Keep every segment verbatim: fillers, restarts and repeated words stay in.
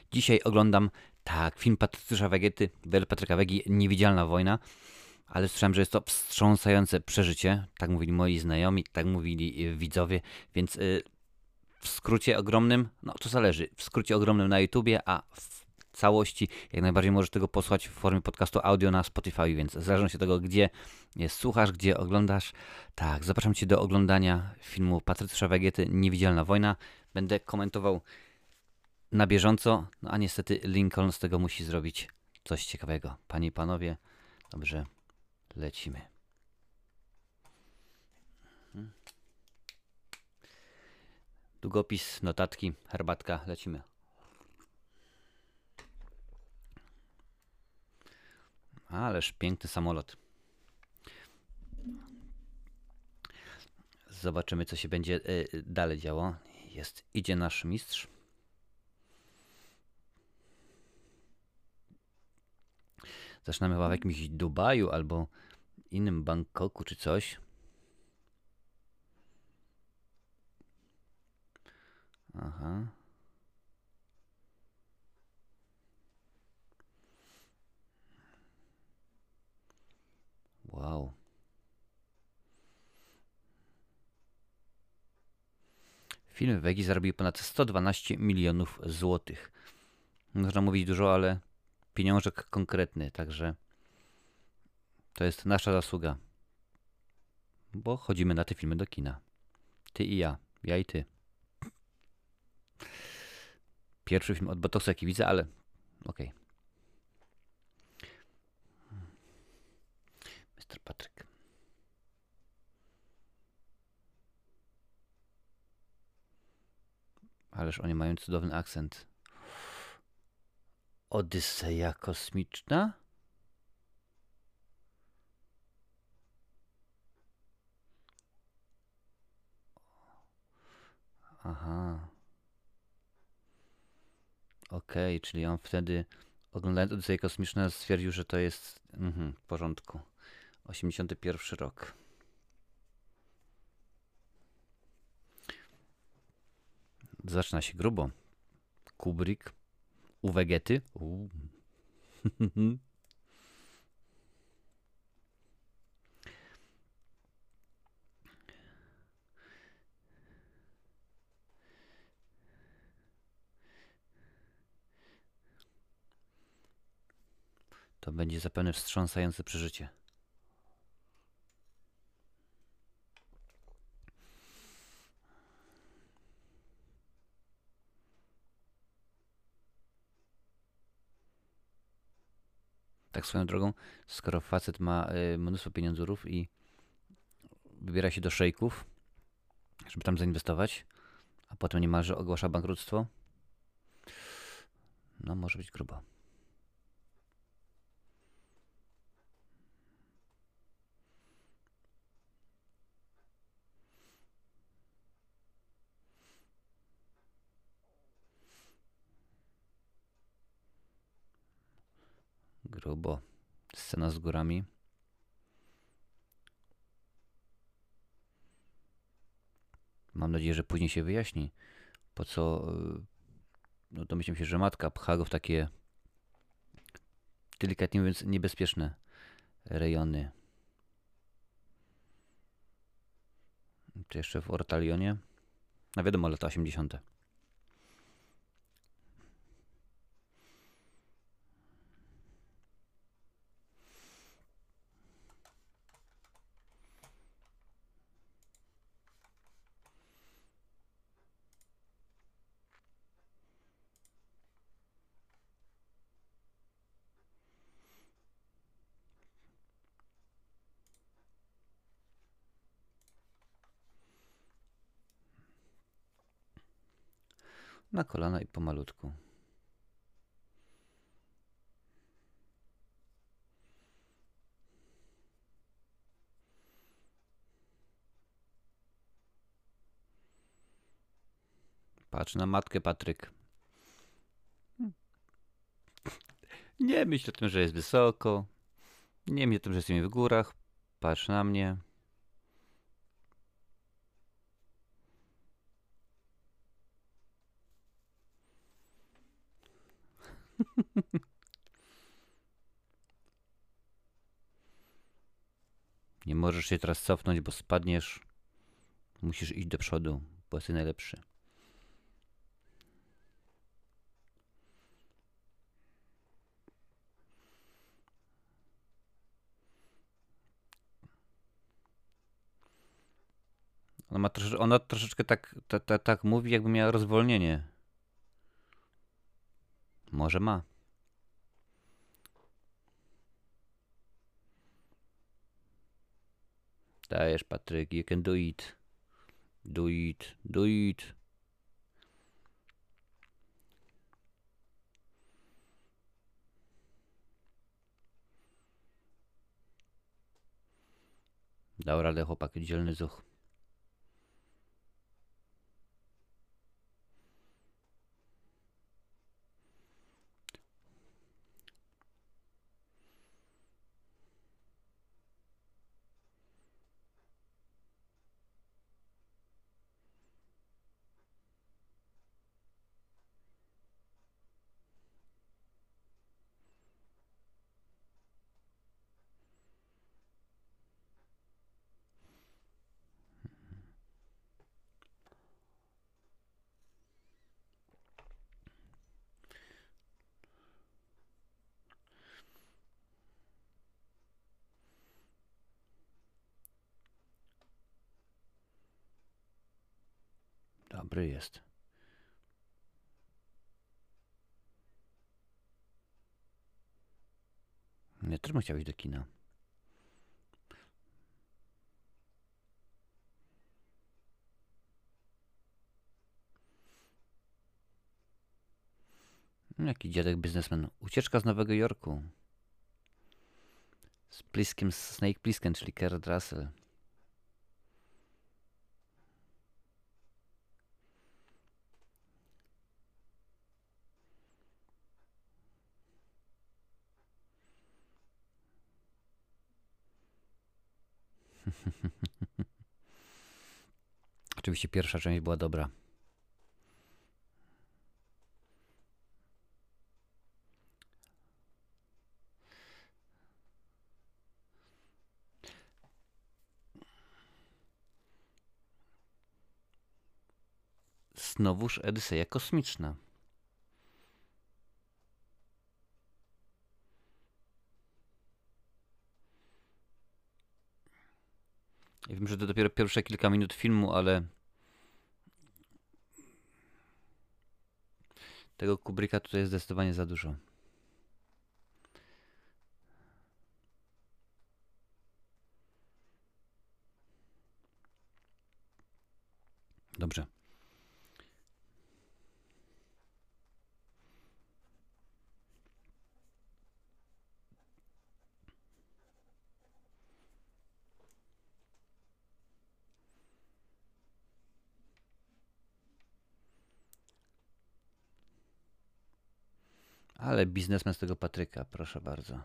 Dzisiaj oglądam, tak, film Patrycjusza Wegety, Wel Patryka Wegi, Niewidzialna wojna, ale słyszałem, że jest to wstrząsające przeżycie. Tak mówili moi znajomi, tak mówili y, widzowie, więc y, w skrócie ogromnym, no to zależy, w skrócie ogromnym na YouTubie, a w całości jak najbardziej możesz tego posłuchać w formie podcastu audio na Spotify, więc w zależności od tego, gdzie je słuchasz, gdzie oglądasz, tak, zapraszam Cię do oglądania filmu Patrycjusza Wegety, Niewidzialna wojna. Będę komentował na bieżąco, no a niestety Lincoln z tego musi zrobić coś ciekawego. Panie i panowie, dobrze, lecimy. Długopis, notatki, herbatka, lecimy. Ależ piękny samolot. Zobaczymy, co się będzie y, dalej działo. Jest, idzie nasz mistrz. Zaczynamy chyba w jakimś Dubaju albo innym Bangkoku czy coś. Aha. Wow. Film Wegi zarobił ponad sto dwanaście milionów złotych. Można mówić dużo, ale pieniążek konkretny, także to jest nasza zasługa. Bo chodzimy na te filmy do kina. Ty i ja. Ja i ty. Pierwszy film od Botoksa, jaki widzę, ale okej. Okay. mister Patryk. Ależ oni mają cudowny akcent. Odyseja kosmiczna? Aha. Okej, okay, czyli on wtedy, oglądając Odyseję kosmiczną, stwierdził, że to jest mhm, w porządku. osiemdziesiąty pierwszy rok. Zaczyna się grubo. Kubrick. U Wegety. U. To będzie zapewne wstrząsające przeżycie. Tak swoją drogą, skoro facet ma y, mnóstwo pieniądzurów i wybiera się do szejków, żeby tam zainwestować, a potem niemalże ogłasza bankructwo, no może być grubo. Grubo. Scena z górami. Mam nadzieję, że później się wyjaśni, po co, no domyślam się, że matka pcha go w takie, delikatnie mówiąc, niebezpieczne rejony. Czy jeszcze w Ortalionie? No wiadomo, lata osiemdziesiąte. Na kolana i pomalutku. Patrz na matkę, Patryk. Nie myśl o tym, że jest wysoko. Nie myśl o tym, że jesteśmy w górach. Patrz na mnie. Nie możesz się teraz cofnąć, bo spadniesz. Musisz iść do przodu, bo jesteś najlepszy. Ona, ma trosze, ona troszeczkę tak, ta, ta, tak mówi, jakby miała rozwolnienie. Może ma. Dajesz, Patryk, you can do it. Do it, do it. Dał radę, chłopak, dzielny zuch. Dobry jest. Nie, też bym chciał iść do kina. Jaki dziadek biznesmen. Ucieczka z Nowego Jorku. Z Pliskiem, Snake Plissken, czyli Kurt Russell. Oczywiście pierwsza część była dobra. Znowuż Odyseja kosmiczna. Ja wiem, że to dopiero pierwsze kilka minut filmu, ale tego Kubricka tutaj jest zdecydowanie za dużo. Dobrze. Ale biznesmen z tego Patryka, proszę bardzo.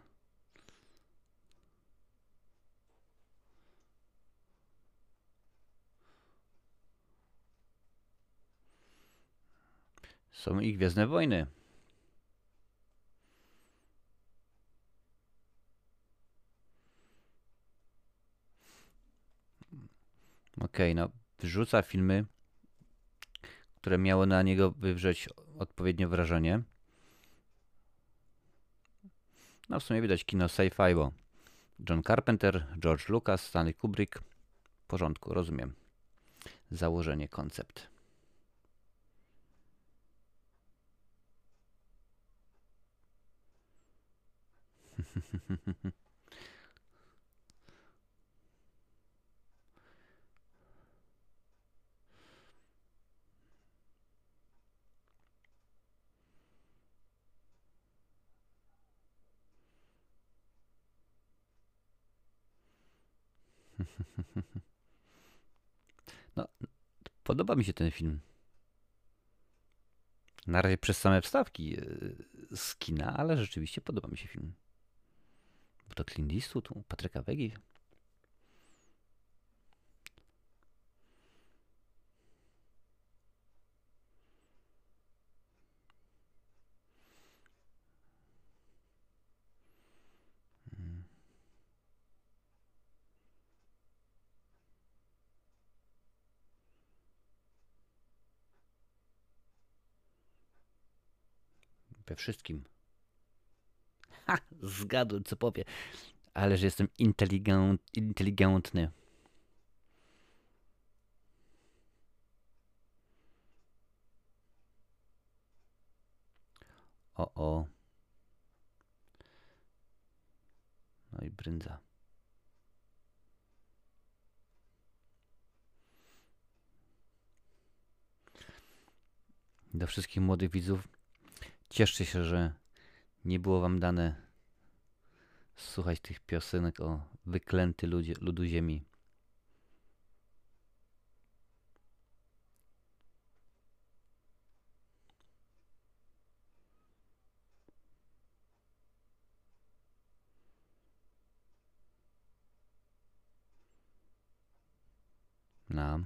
Są ich Gwiezdne Wojny. Okej, okay, no wrzuca filmy, które miały na niego wywrzeć odpowiednio wrażenie. No w sumie widać kino sci-fi, bo John Carpenter, George Lucas, Stanley Kubrick. W porządku, rozumiem. Założenie, koncept. No, podoba mi się ten film. Na razie przez same wstawki z kina, ale rzeczywiście podoba mi się film. Bo to Clint Eastwood, u Patryka Wegi. We wszystkim. Ha! Zgadłem, co powie. Ale że jestem inteligent, inteligentny. O, o. No i brędza. Do wszystkich młodych widzów. Cieszcie się, że nie było wam dane słuchać tych piosenek o wyklęty ludzie, ludu ziemi. No.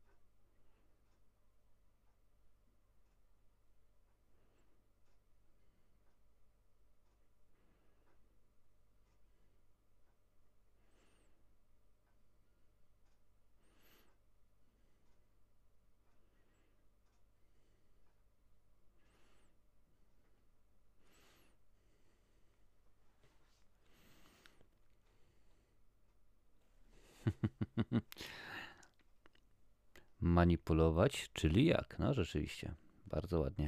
Manipulować, czyli jak? No rzeczywiście. Bardzo ładnie.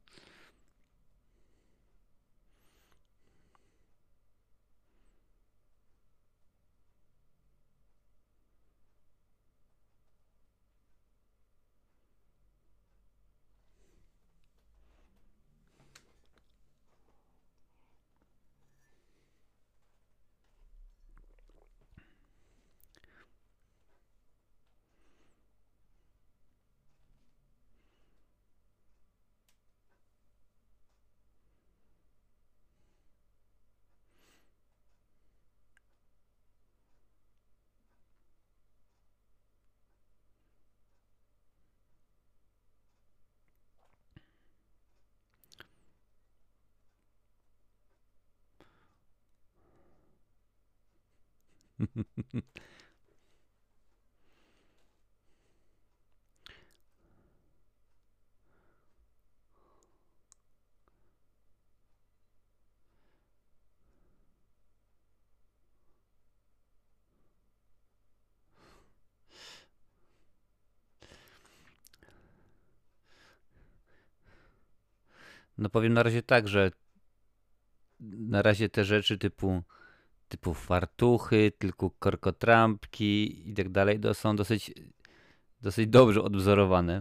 No powiem na razie tak, że na razie te rzeczy typu, typu fartuchy, tylko korkotrampki i tak dalej to są dosyć, dosyć dobrze odwzorowane.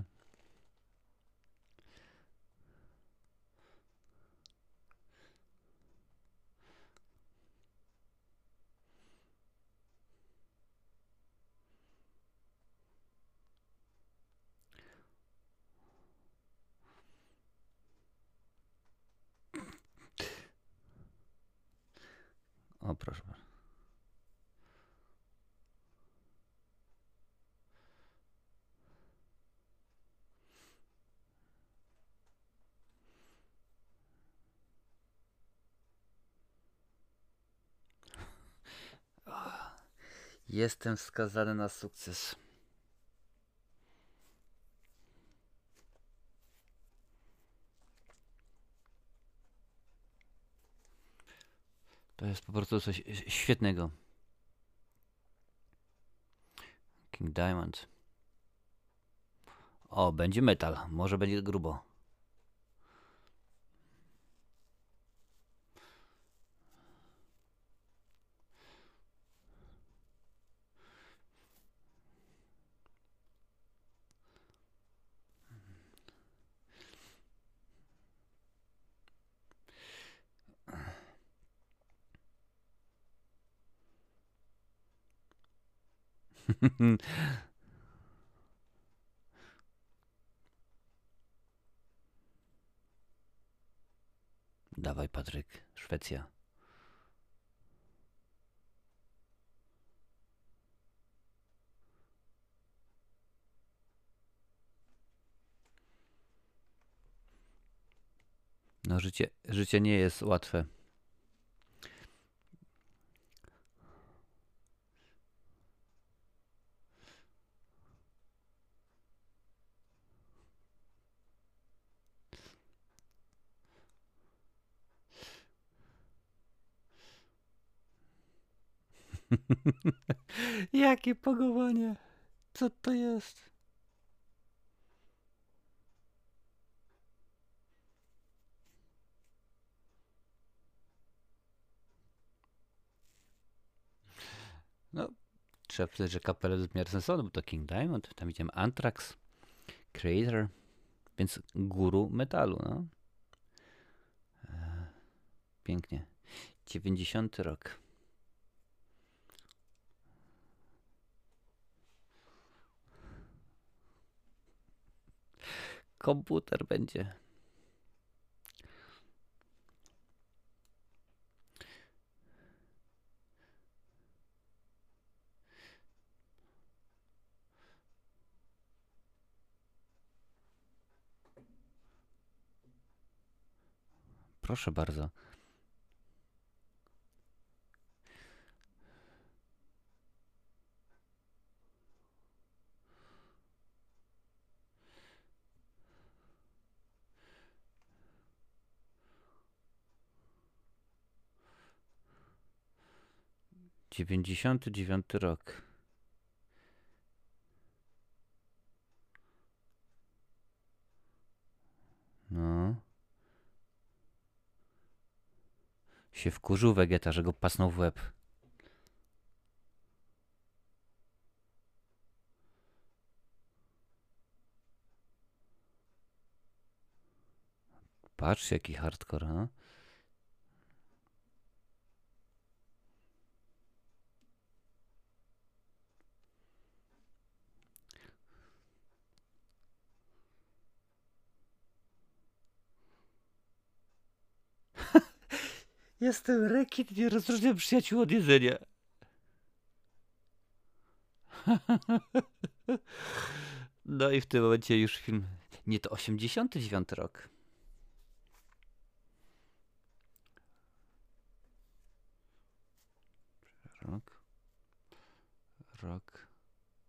O, proszę bardzo. Jestem skazany na sukces. To jest po prostu coś świetnego. King Diamond. O, będzie metal. Może będzie grubo. Dawaj, Patryk. Szwecja. No życie, życie nie jest łatwe. Jakie pagowanie? Co to jest? No, trzeba przyznać, że kapelę z miarę sensowną, bo to King Diamond, tam widziałem Anthrax, Creator, więc guru metalu, no. Pięknie. dziewięćdziesiąty rok. Komputer będzie. Proszę bardzo. dziewięćdziesiąty dziewiąty rok. No. Się wkurzył Vegeta, że go pasnął w łeb. Patrz, jaki hardcore, no. Jestem rekit, nie rozróżniam przyjaciół od jedzenia. No i w tym momencie już film... Nie, to osiemdziesiąty dziewiąty rok. Rok. Rok.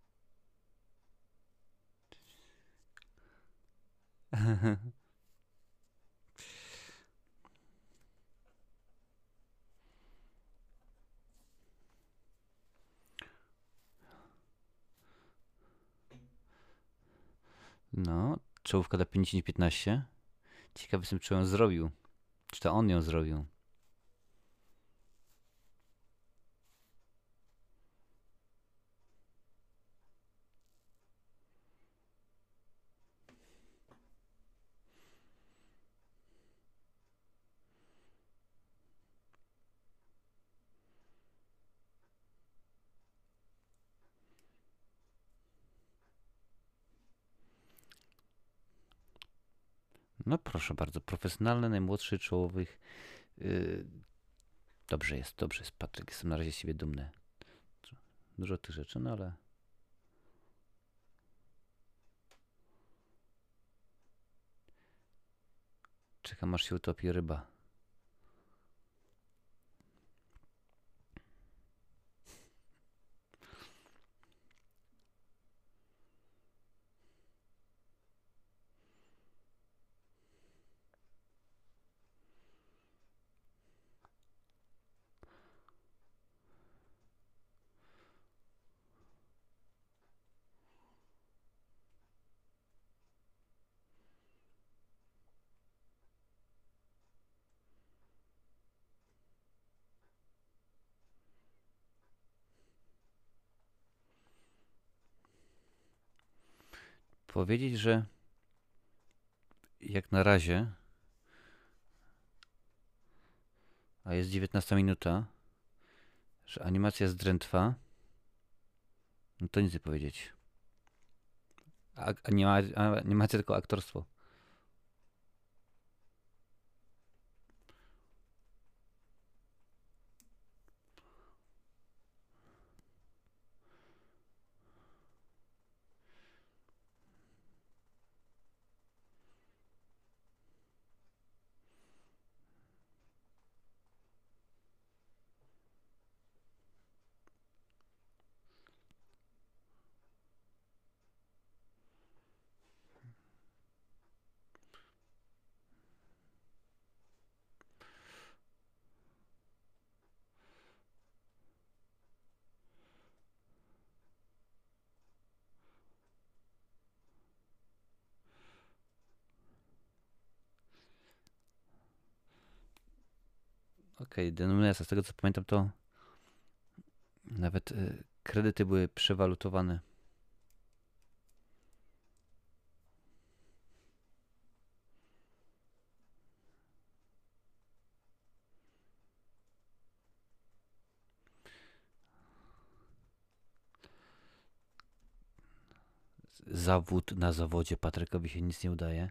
No, czołówka dla pięćdziesiąt piętnaście. Ciekawy jestem, czy ją zrobił. Czy to on ją zrobił. No proszę bardzo, profesjonalny, najmłodszy czołowych. Yy, dobrze jest, dobrze jest, Patryk. Jestem na razie z siebie dumny. Dużo tych rzeczy, no ale... Czekam, aż się utopi ryba. Powiedzieć, że jak na razie, a jest dziewiętnasta minuta, że animacja jest drętwa, no to nic nie powiedzieć. A, a nie ma animacja, tylko aktorstwo. Okej, denominacja, z tego co pamiętam, to nawet y, kredyty były przewalutowane. Zawód na zawodzie. Patrykowi się nic nie udaje.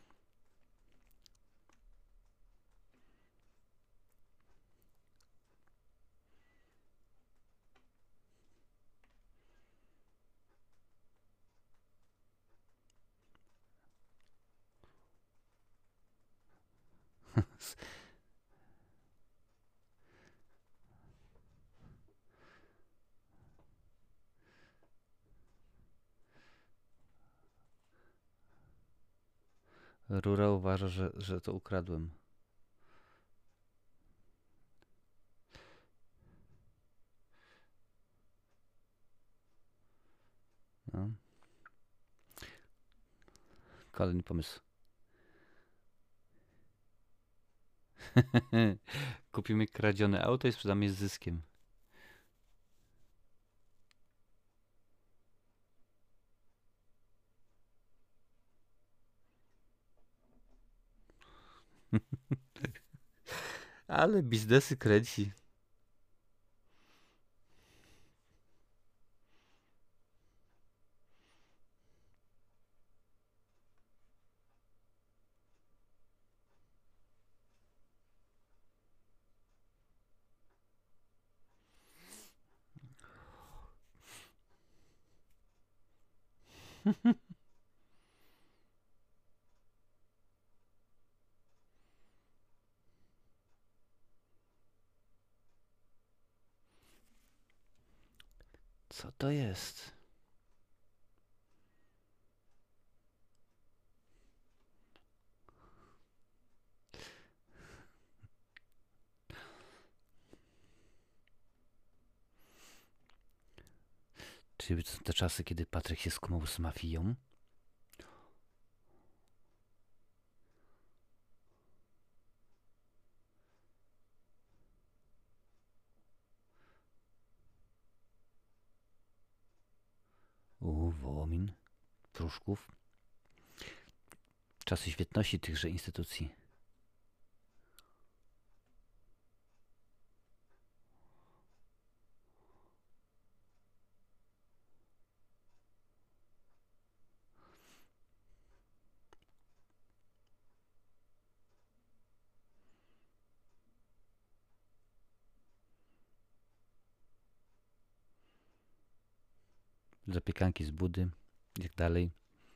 Rura uważa, że, że to ukradłem. No. Kolejny pomysł. Kupimy kradzione auto i sprzedamy je z zyskiem. Ale biznesy kręci. Co to jest? Czy to są te czasy, kiedy Patryk się skumał z mafią? U, Wołomin, Pruszków. Czasy świetności tychże instytucji. Zapiekanki z budy, jak dalej.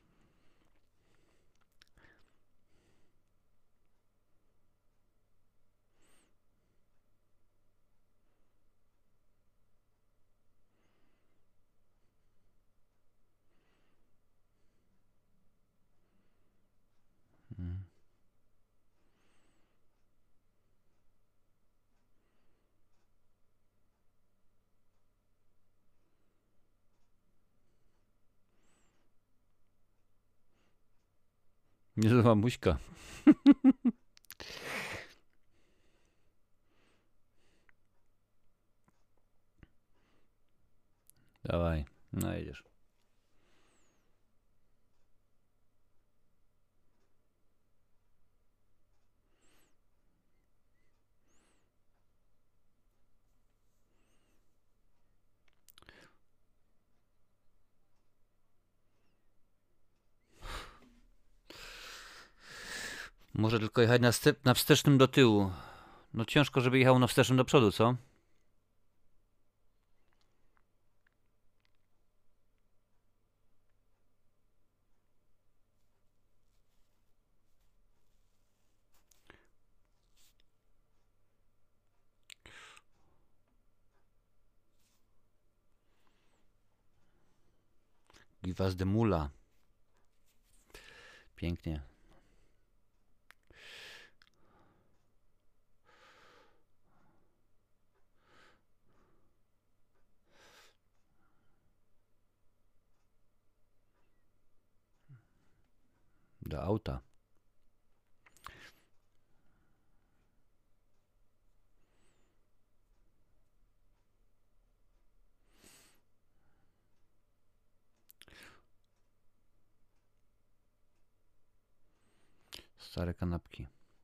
Mm. Niezła muśka. Dawaj, no jedziesz. Może tylko jechać na, step, na wstecznym do tyłu. No ciężko, żeby jechał na wstecznym do przodu, co? Give us the mula. Pięknie. Do auta. Stare kanapki.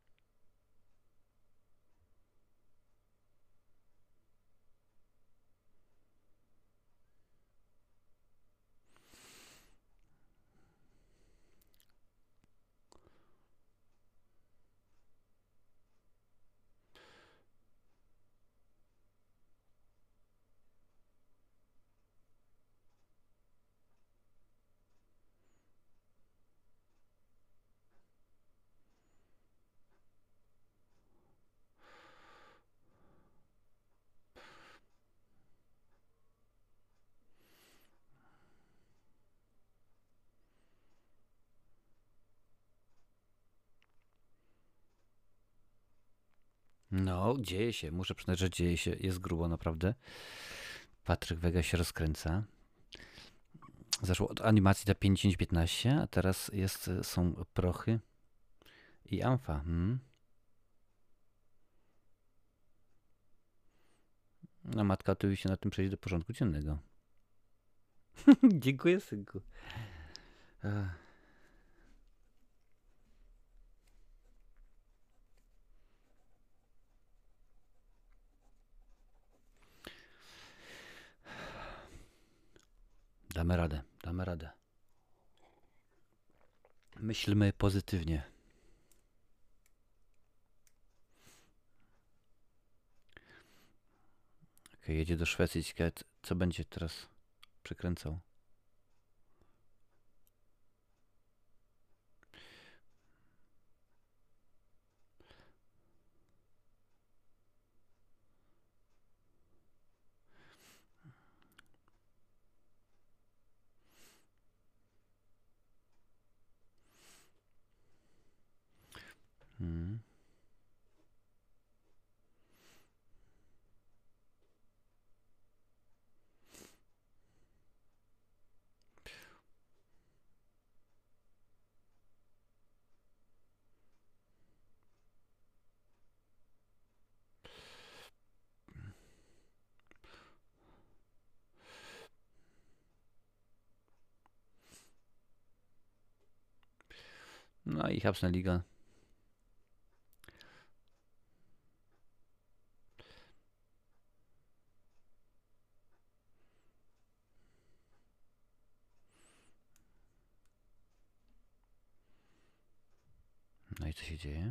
No, dzieje się. Muszę przyznać, że dzieje się. Jest grubo, naprawdę. Patryk Wega się rozkręca. Zaczęło od animacji ta pięć dziesięć piętnaście, a teraz jest, są prochy i amfa. Hmm. A matka oczywiście na tym przejdzie do porządku dziennego. Dziękuję, synku. Ech. Damy radę, damy radę. Myślmy pozytywnie. Okej, jedzie do Szwecji. Ciekawe, co będzie teraz przykręcał. Hmm. No i Habsna Liga. No i co się dzieje?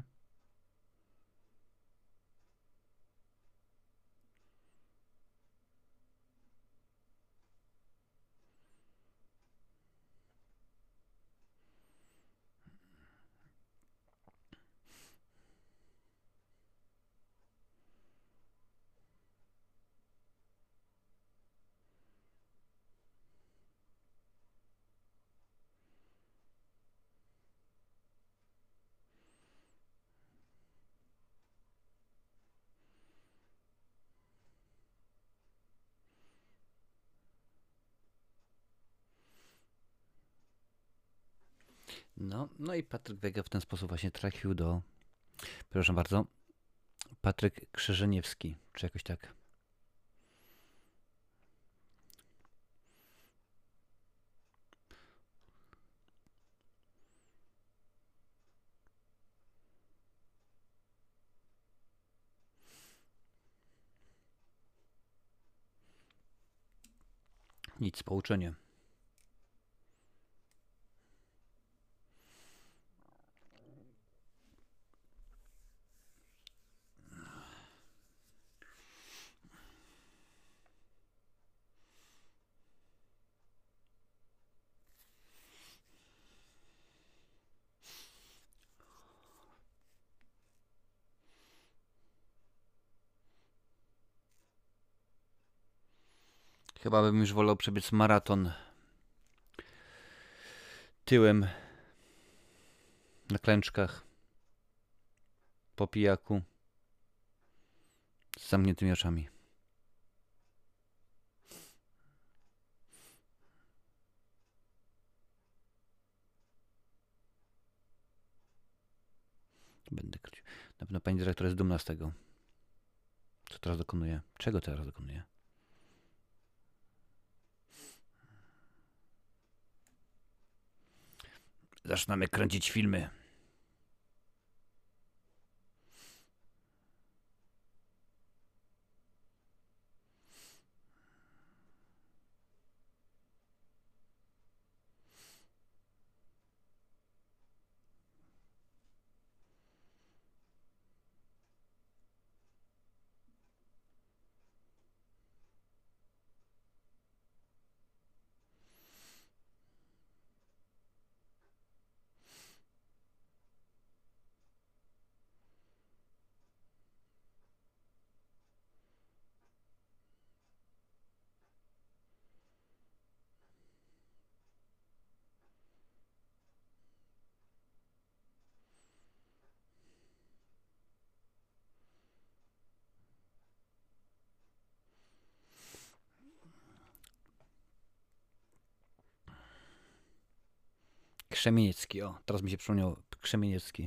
No, no i Patryk Wega w ten sposób właśnie trafił do, proszę bardzo, Patryk Krzyżeniewski, czy jakoś tak. Nic, pouczenie. Chyba bym już wolał przebiec maraton tyłem na klęczkach po pijaku z zamkniętymi oczami. Będę kręcił. Na pewno pani dyrektor jest dumna z tego. Co teraz dokonuje? Czego teraz dokonuje? Zaczynamy kręcić filmy. Krzemieniecki, o, teraz mi się przypomniał Krzemieniecki.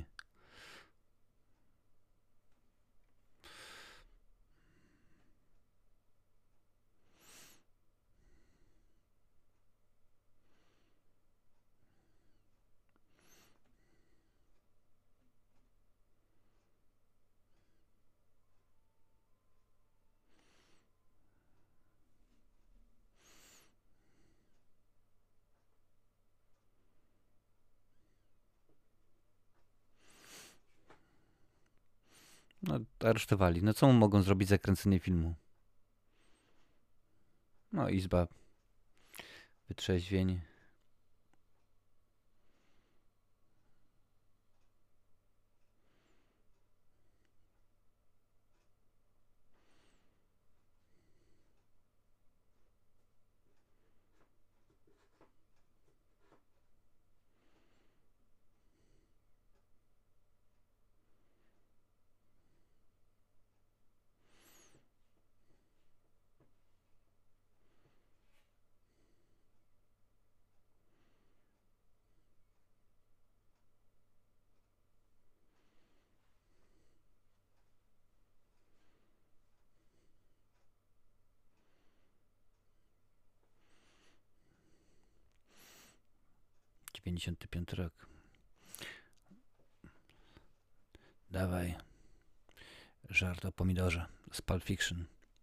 No, aresztowali. No co mu mogą zrobić za kręcenie filmu? No, izba, wytrzeźwień. dziewięćdziesiąty piąty rok. Dawaj. Żart o pomidorze z Pulp Fiction.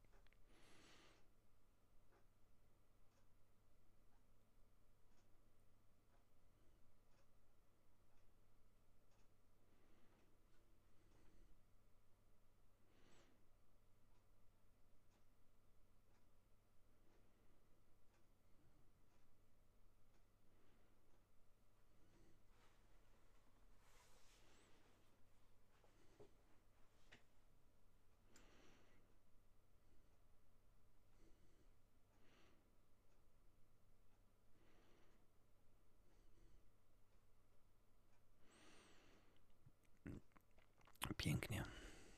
Pięknie.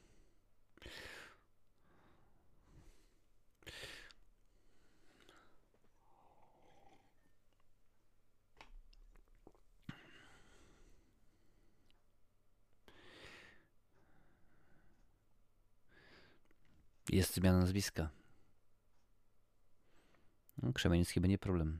Jest zmiana nazwiska. No, Krzemieniecki będzie problem.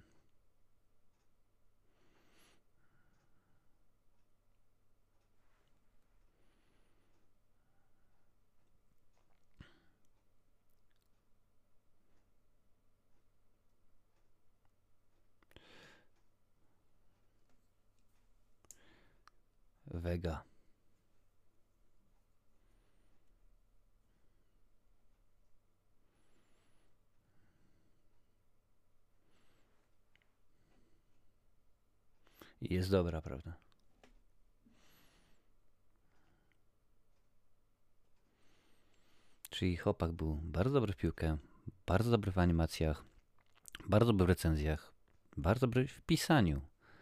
Vega. I jest dobra, prawda? Czyli chłopak był bardzo dobry w piłkę, bardzo dobry w animacjach, bardzo dobry w recenzjach, bardzo dobry w pisaniu.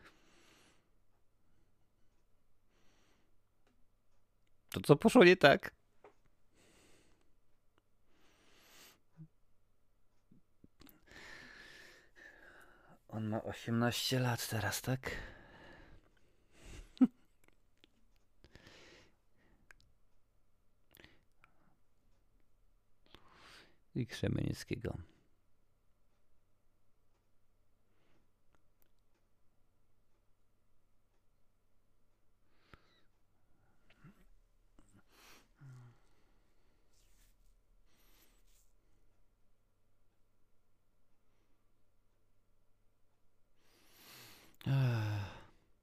To co poszło nie tak? On ma osiemnaście lat teraz, tak? I Krzemienieckiego. Ech.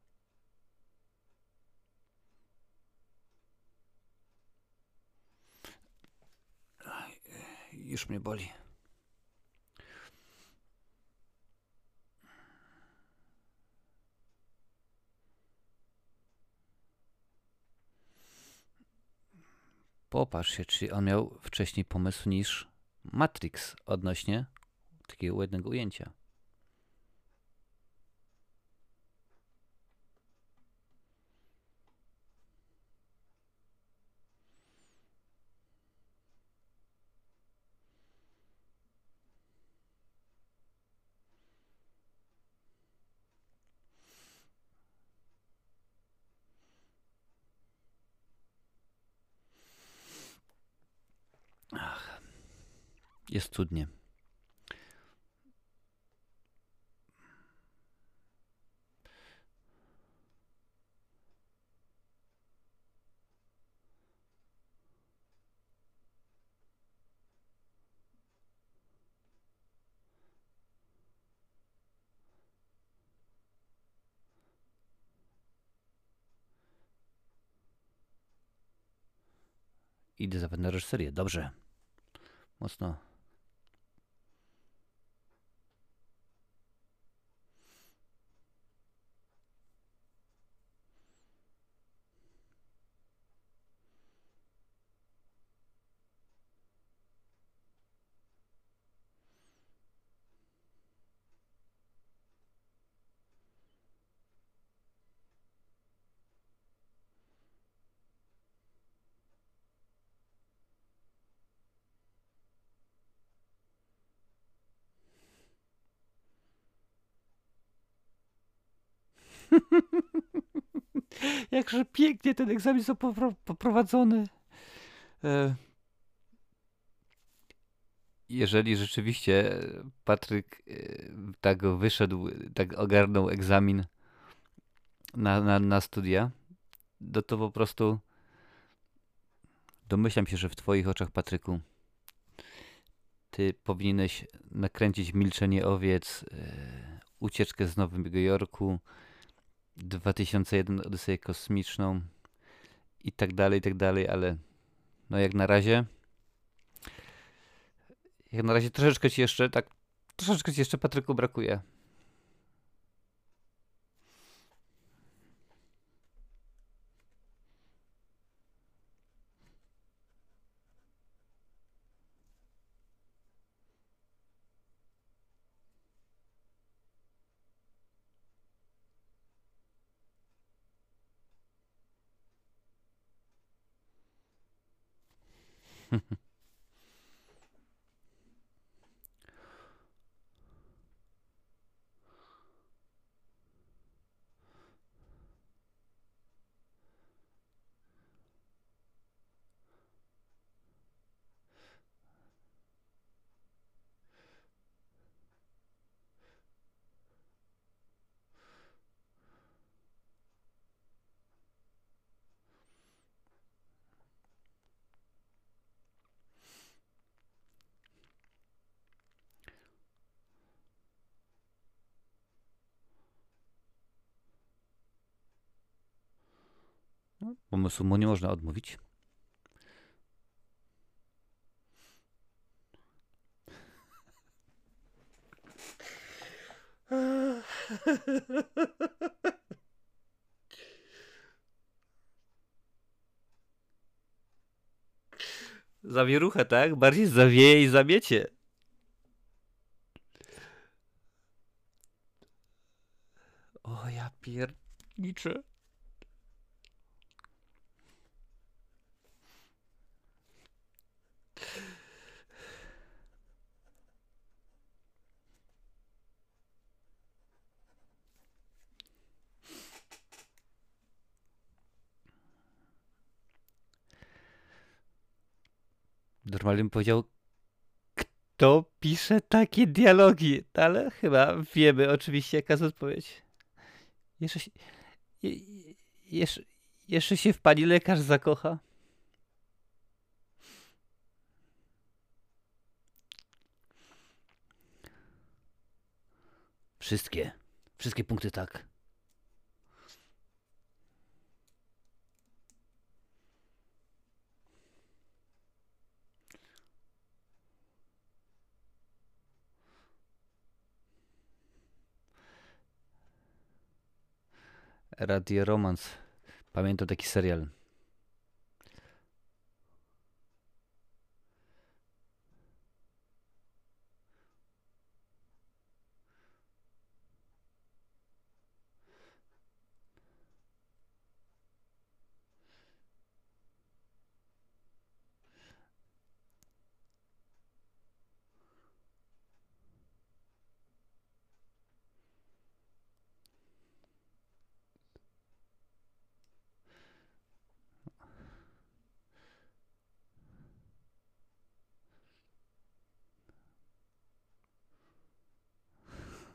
Już mnie boli. Popatrz się, czy on miał wcześniej pomysł niż Matrix odnośnie takiego ładnego ujęcia. Jest cudnie. Idę za na reżyserię. Dobrze. Mocno. Jakże pięknie ten egzamin został popro- poprowadzony. E, Jeżeli rzeczywiście Patryk e, tak wyszedł, tak ogarnął egzamin na, na, na studia, no to po prostu domyślam się, że w twoich oczach, Patryku, ty powinieneś nakręcić Milczenie owiec, e, Ucieczkę z Nowego Jorku, dwa tysiące jeden Odyseję kosmiczną i tak dalej, i tak dalej, ale no jak na razie, jak na razie troszeczkę ci jeszcze, tak, troszeczkę ci jeszcze, Patryku, brakuje. No, pomysłu mu nie można odmówić. Zawierucha, tak? Bardziej zawieje i zamiecie. O, ja pierniczę. Normalnie bym powiedział, kto pisze takie dialogi? Ale chyba wiemy oczywiście, jaka jest odpowiedź. Jeszcze się, je, jeszcze, jeszcze się w pani lekarz zakocha. Wszystkie. Wszystkie punkty tak. Radio Romans. Pamiętam taki serial.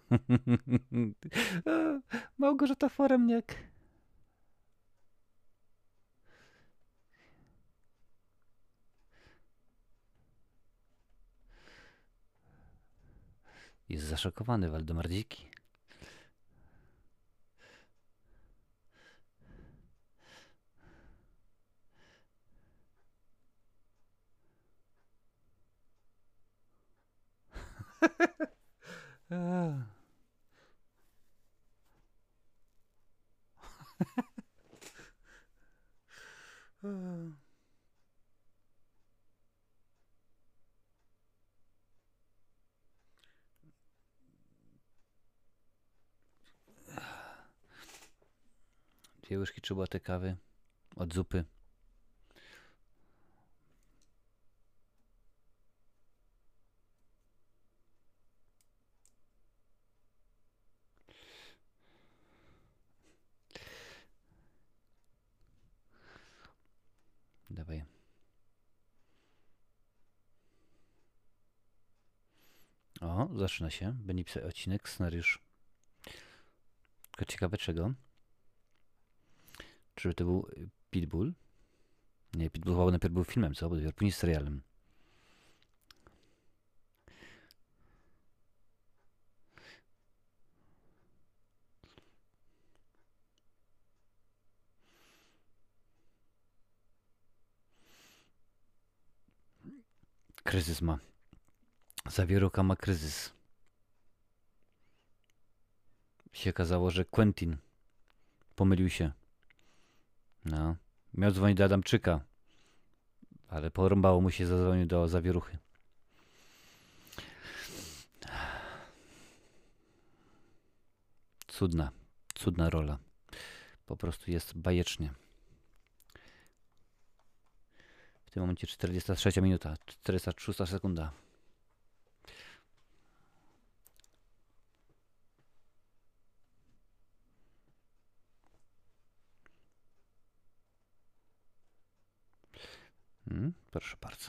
Małgorzata Foremniak. Jest zaszokowany Waldemar Dziki. Dwie łyżki czubaty kawy od zupy. Dawaj. O, zaczyna się. Będzie pisać odcinek, scenariusz. Tylko ciekawe czego. Czy to był Pitbull? Nie, Pitbull chyba najpierw był filmem, co? Bo dopiero później serialem. Kryzys ma. Zawierucha ma kryzys. Się okazało, że Quentin pomylił się. No. Miał dzwonić do Adamczyka. Ale porąbało mu się, zadzwonił do Zawieruchy. Cudna. Cudna rola. Po prostu jest bajecznie. W tym momencie czterdziesta trzecia minuta. czterdziesta szósta sekunda. Hmm, proszę bardzo.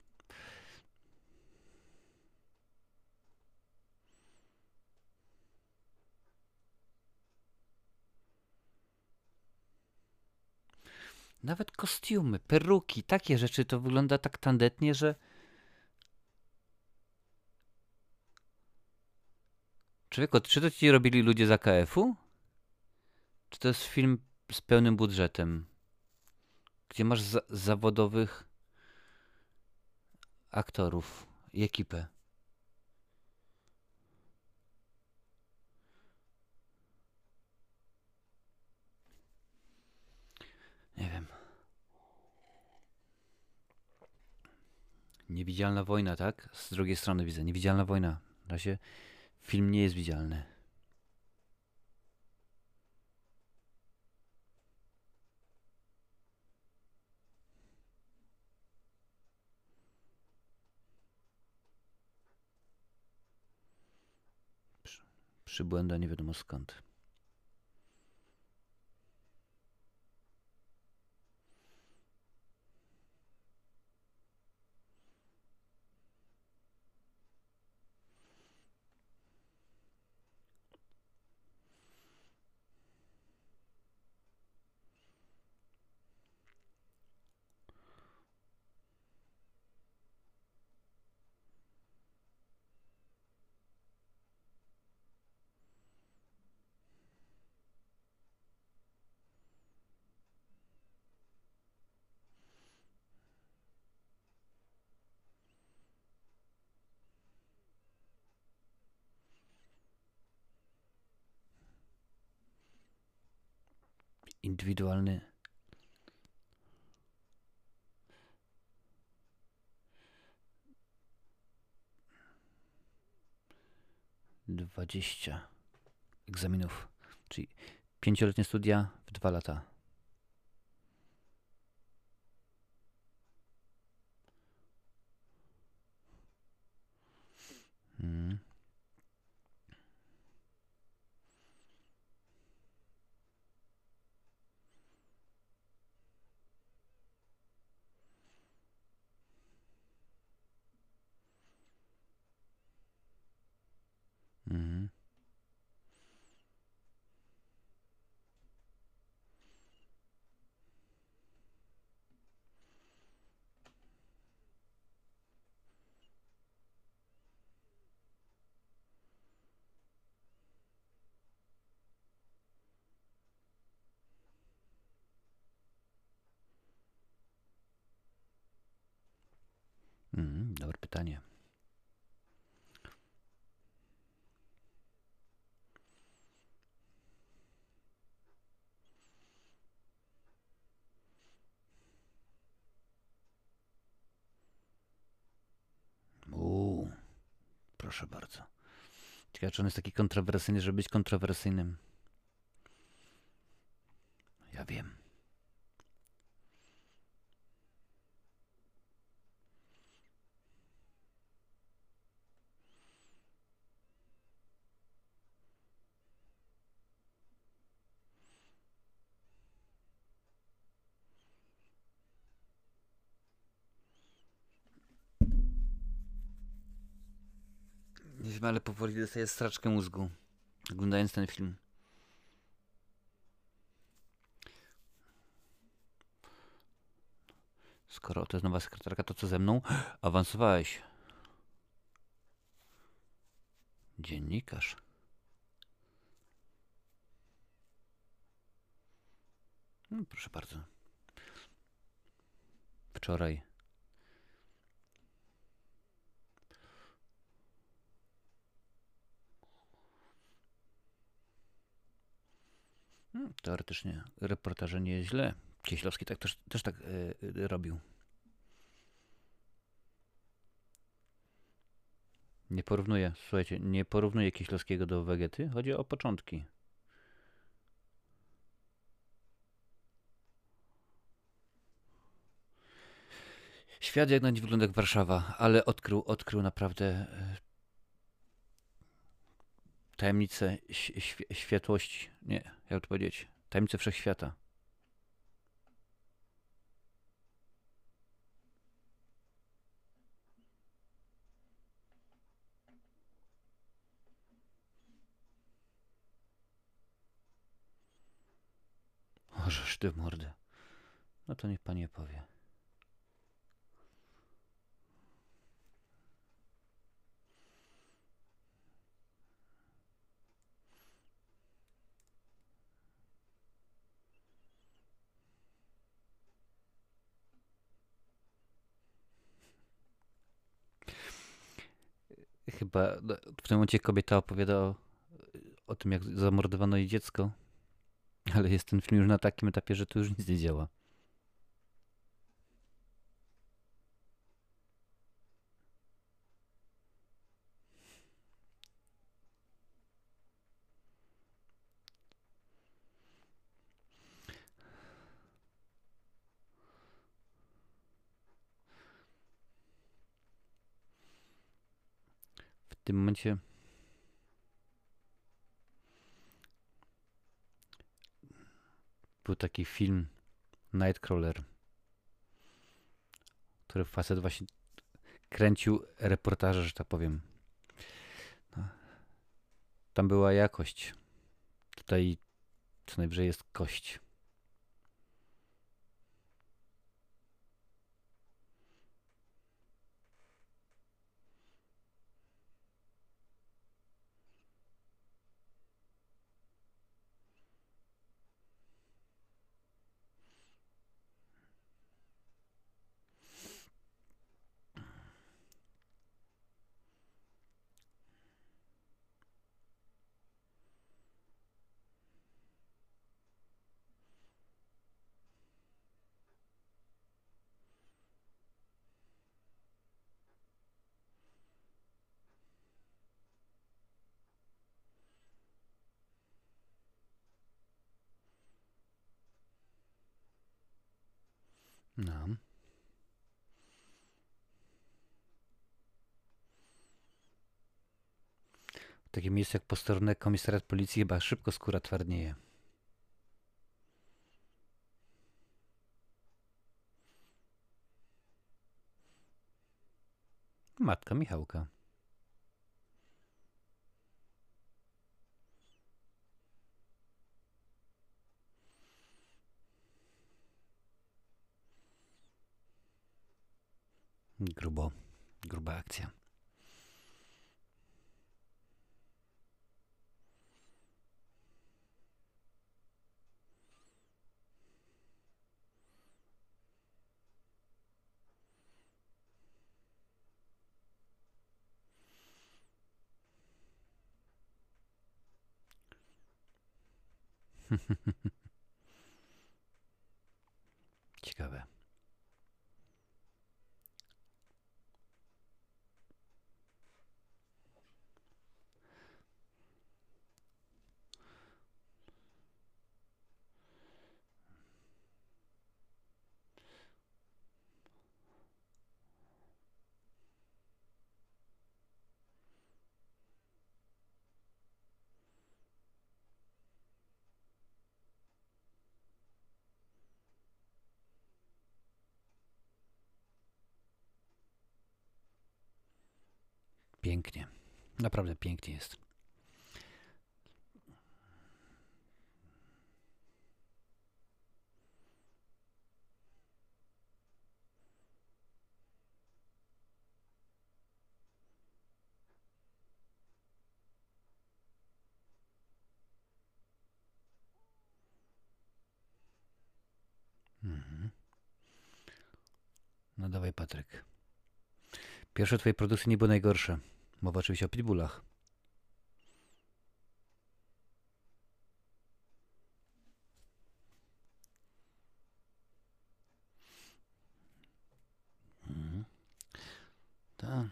Nawet kostiumy, peruki, takie rzeczy, to wygląda tak tandetnie, że... Człowieku, czy to ci robili ludzie z A K F-u? Czy to jest film z pełnym budżetem? Gdzie masz za zawodowych aktorów i ekipę? Nie wiem. Niewidzialna wojna, tak? Z drugiej strony widzę. Niewidzialna wojna. Na razie film nie jest widzialny. Przy, przybłęda nie wiadomo skąd. Indywidualny. dwadzieścia egzaminów, czyli pięcioletnie studia w dwa lata. Hmm. Mhm. Mm, dobre pytanie. Uuu, proszę bardzo. Ciekawe, czy on jest taki kontrowersyjny, żeby być kontrowersyjnym. Ja wiem. Nie wiem, ale powoli dostaję straczkę mózgu, oglądając ten film. Skoro to jest nowa sekretarka, to co ze mną? Awansowałeś. Dziennikarz. No, proszę bardzo. Wczoraj. No, teoretycznie reportaże nie jest źle. Kieślowski tak też, też tak yy, robił. Nie porównuję, słuchajcie, nie porównuję Kieślowskiego do Wegety. Chodzi o początki. Świat jak na dziś wygląda jak Warszawa, ale odkrył, odkrył naprawdę e, tajemnicę świ światłości. Nie, jak to powiedzieć? Tajemnicę wszechświata. Możesz ty w mordę. No to niech pani powie. Chyba no, w tym momencie kobieta opowiada o, o tym, jak zamordowano jej dziecko. Ale jest ten film już na takim etapie, że tu już nic nie działa. W tym momencie był taki film Nightcrawler, który facet właśnie kręcił reportaże, że tak powiem. No. Tam była jakość. Tutaj co najwyżej jest kość. No. Takie miejsce jak posterunek, komisariat policji, chyba szybko skóra twardnieje. Matka Michałka. Grubo. Gruba akcja. Ciekawe. Pięknie. Naprawdę pięknie jest. Mhm. No dawaj, Patryk. Pierwsze twoje produkcje nie były najgorsze. Mowa oczywiście o Pitbullach. Mhm. Tak.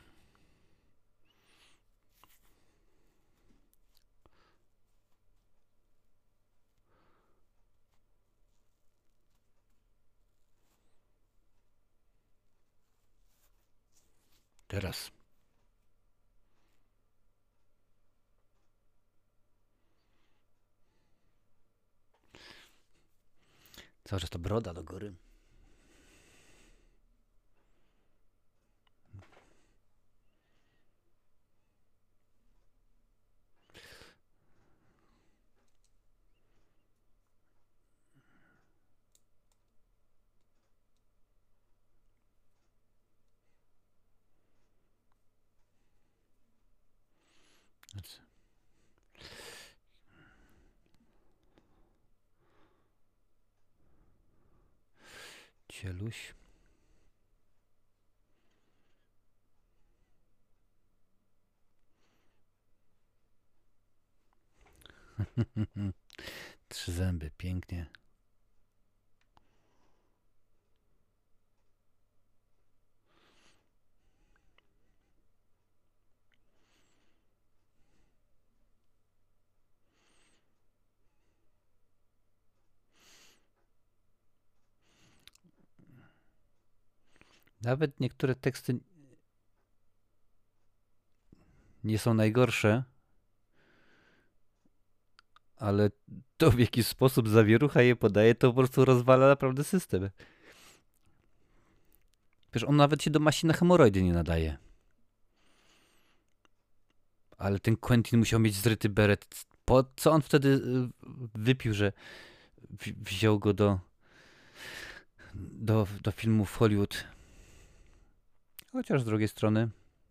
Teraz. Cały czas to broda do góry. Cieluś. Trzy zęby, pięknie. Nawet niektóre teksty nie są najgorsze, ale to, w jaki sposób zawierucha je podaje, to po prostu rozwala naprawdę system. Wiesz, on nawet się do maści na hemoroidy nie nadaje. Ale ten Quentin musiał mieć zryty beret. Po co on wtedy y, wypił, że w- wziął go do, do, do filmów w Hollywood? Chociaż z drugiej strony,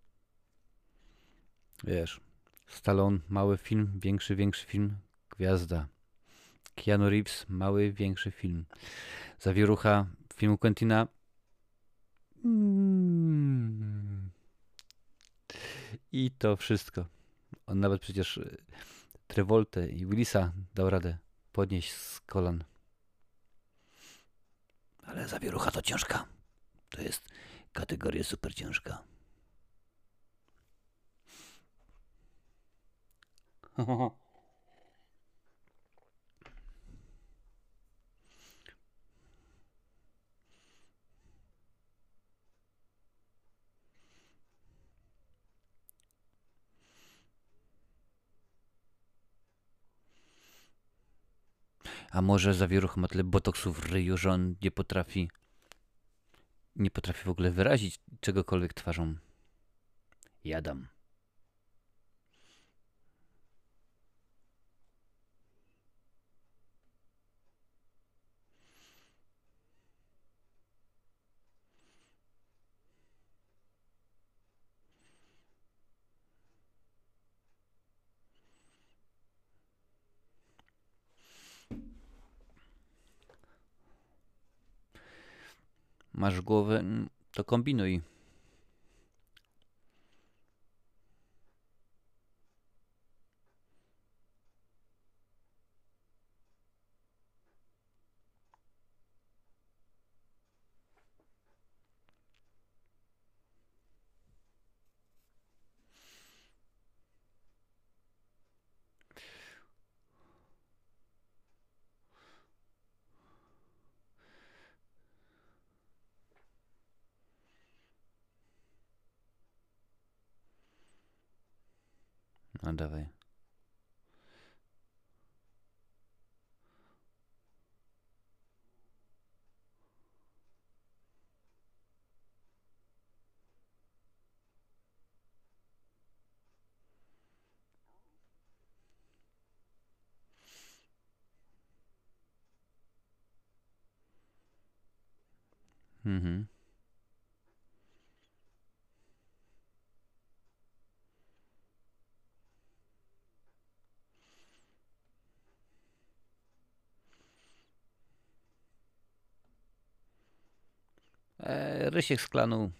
wiesz, Stallone, mały film, większy, większy film, gwiazda. Keanu Reeves, mały, większy film. Zawierucha filmu Quentina. Mm. I to wszystko. On nawet przecież y, Travoltę i Willisa dał radę podnieść z kolan. Ale zawierucha to ciężka. To jest kategoria super ciężka. A może zawierucha ma tyle botoksu w ryju, że on nie potrafi nie potrafi w ogóle wyrazić czegokolwiek twarzą. Jadam. Masz głowę, mm, to kombinuj. No dawaj. Mhm. E, Rysiek z klanu.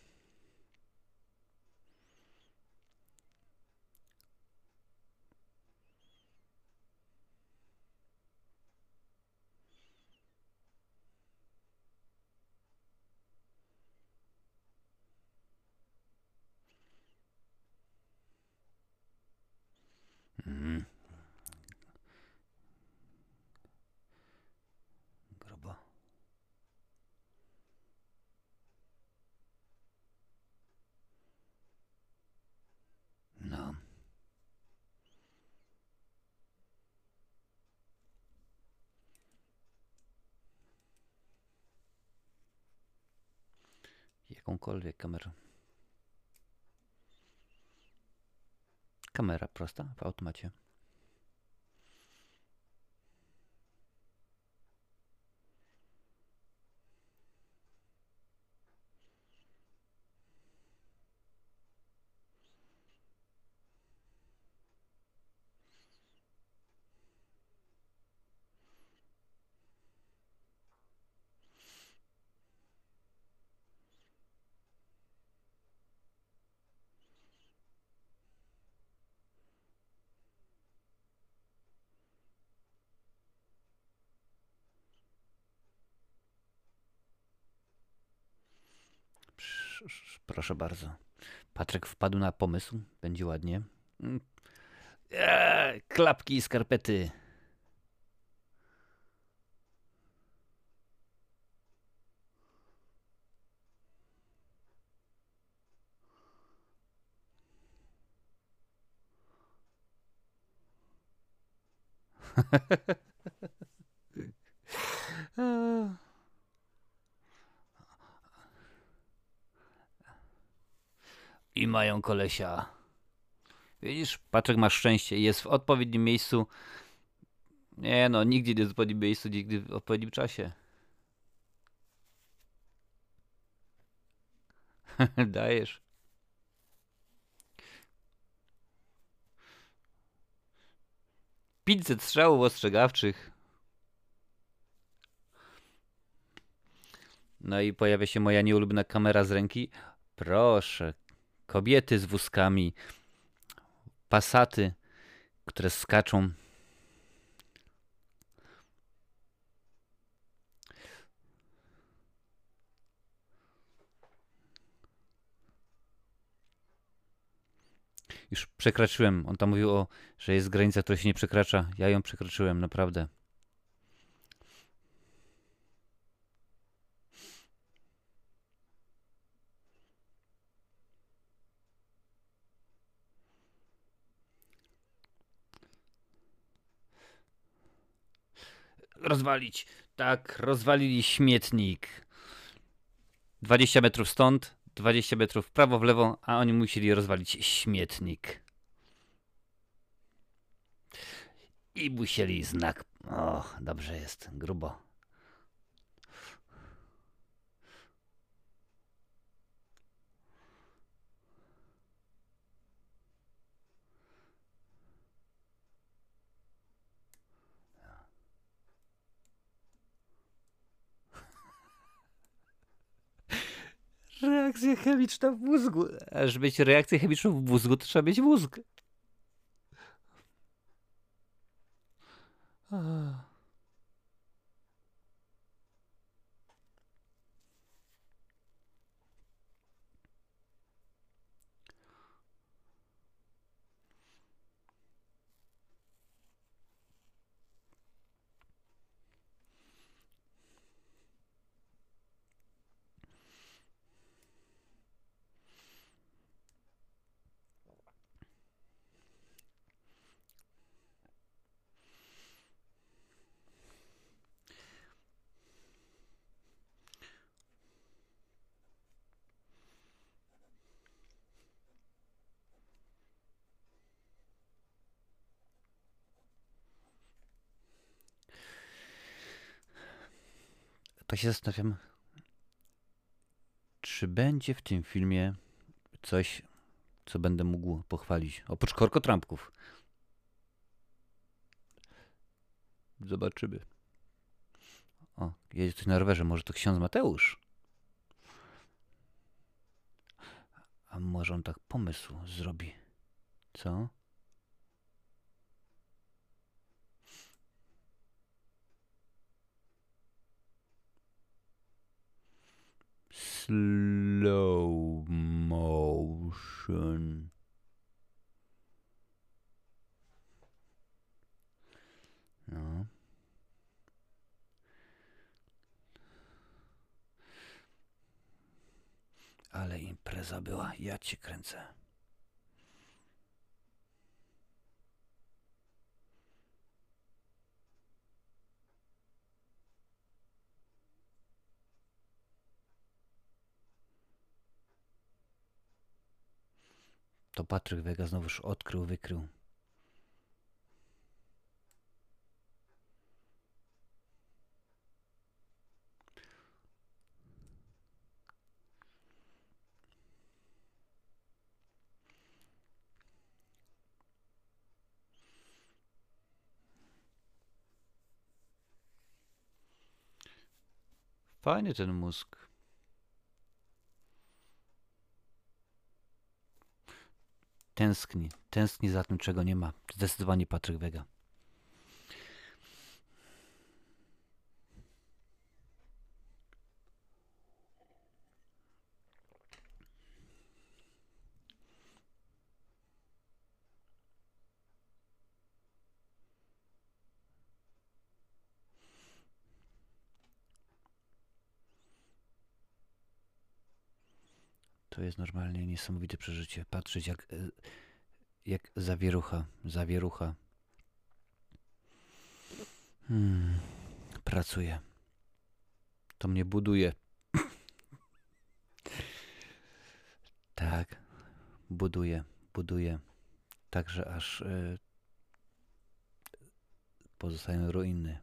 Mhm. Grubo. No. Jakąkolwiek kamerę. Kamera prosta w automacie. Proszę bardzo. Patryk wpadł na pomysł. Będzie ładnie. Eee, klapki i skarpety. I mają kolesia. Widzisz, Patryk ma szczęście. Jest w odpowiednim miejscu. Nie no, nigdzie nie jest w odpowiednim miejscu, nigdy w odpowiednim czasie. Dajesz. pięćset strzałów ostrzegawczych. No i pojawia się moja nieulubiona kamera z ręki. Proszę. Kobiety z wózkami. Pasaty, które skaczą. Już przekroczyłem. On tam mówił, o, że jest granica, która się nie przekracza. Ja ją przekroczyłem, naprawdę. Rozwalić. Tak, rozwalili śmietnik. dwadzieścia metrów stąd, dwadzieścia metrów w prawo, w lewo, a oni musieli rozwalić śmietnik. I musieli znak. O, dobrze jest, grubo. Reakcja chemiczna w mózgu. A żeby mieć reakcję chemiczną w mózgu, to trzeba mieć mózg. Tak się zastanawiam, czy będzie w tym filmie coś, co będę mógł pochwalić. Oprócz korkotrampków. Zobaczymy. O, jedzie coś na rowerze. Może to ksiądz Mateusz? A może on tak pomysł zrobi? Co? Slow motion. No. Ale impreza była. Ja cię kręcę. To Patryk Wega znowuż odkrył, wykrył. Fajny ten mózg. Tęskni. Tęskni za tym, czego nie ma. Zdecydowanie Patryk Wega. To jest normalnie niesamowite przeżycie. Patrzeć jak, jak zawierucha, zawierucha hmm, pracuje. To mnie buduje. Tak, buduje, buduje. Także aż y, pozostają ruiny.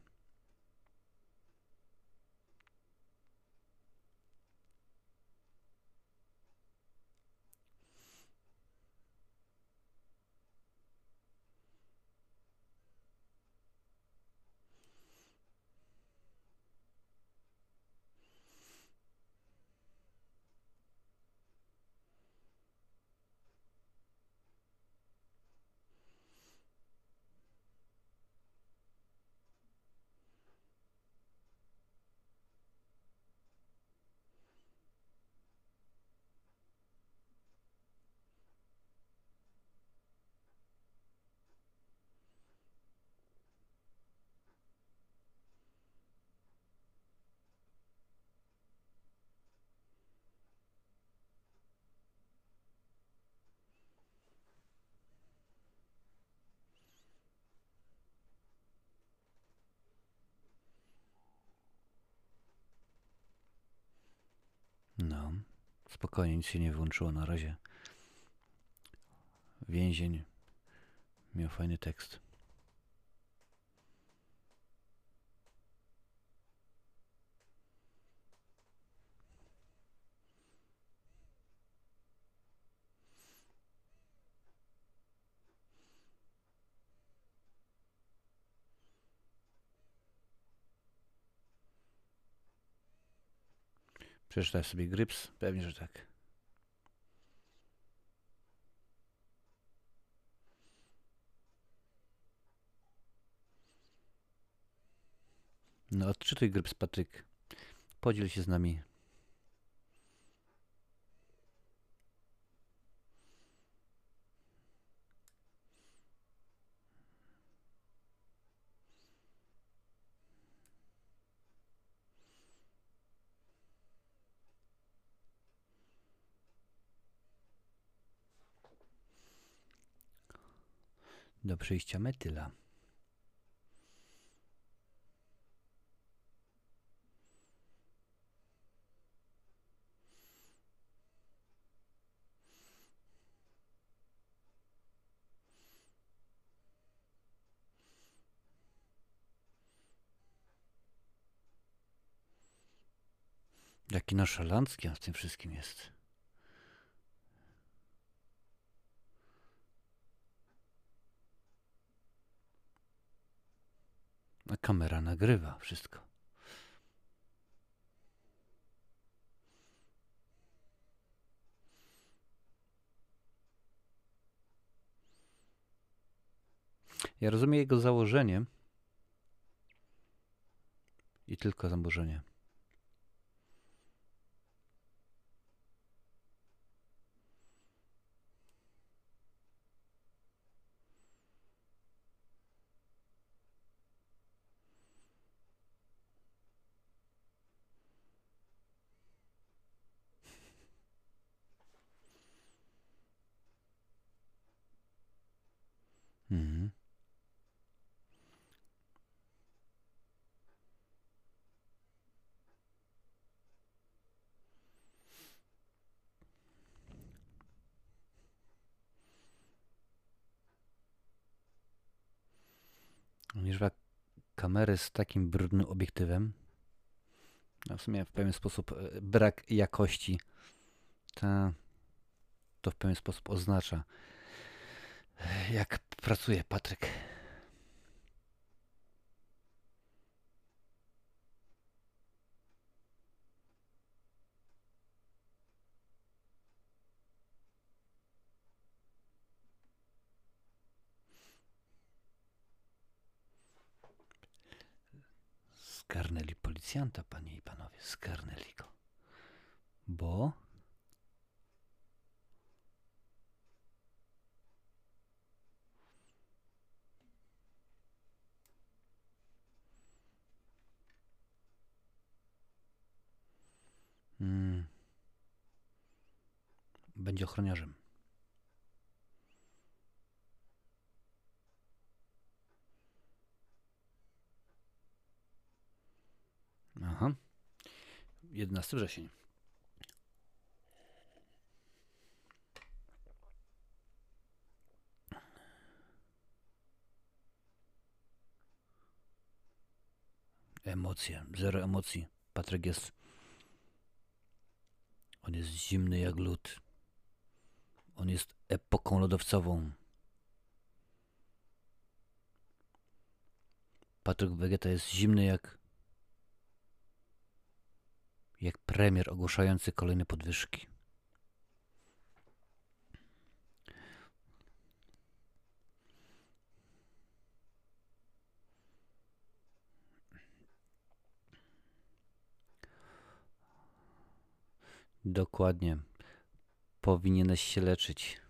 No, spokojnie, nic się nie wyłączyło na razie. Więzień miał fajny tekst. Przeczytaj sobie Gryps? Pewnie, że tak. No, odczytuj Gryps, Patryk. Podziel się z nami. Do przyjścia metyla. Jaki nonszalancki on w tym wszystkim jest. A kamera nagrywa wszystko. Ja rozumiem jego założenie i tylko założenie. Mhm. Używa kamery z takim brudnym obiektywem. No w sumie w pewien sposób brak jakości. Ta, to w pewien sposób oznacza, jak pracuje Patryk. Zgarnęli policjanta, panie i panowie. Zgarnęli go. Bo... Hmm, będzie ochroniarzem. Aha. jedenastego września. Emocje. Zero emocji. Patryk jest... On jest zimny jak lód. On jest epoką lodowcową. Patryk Wegeta jest zimny jak... jak premier ogłaszający kolejne podwyżki. Dokładnie. Powinieneś się leczyć.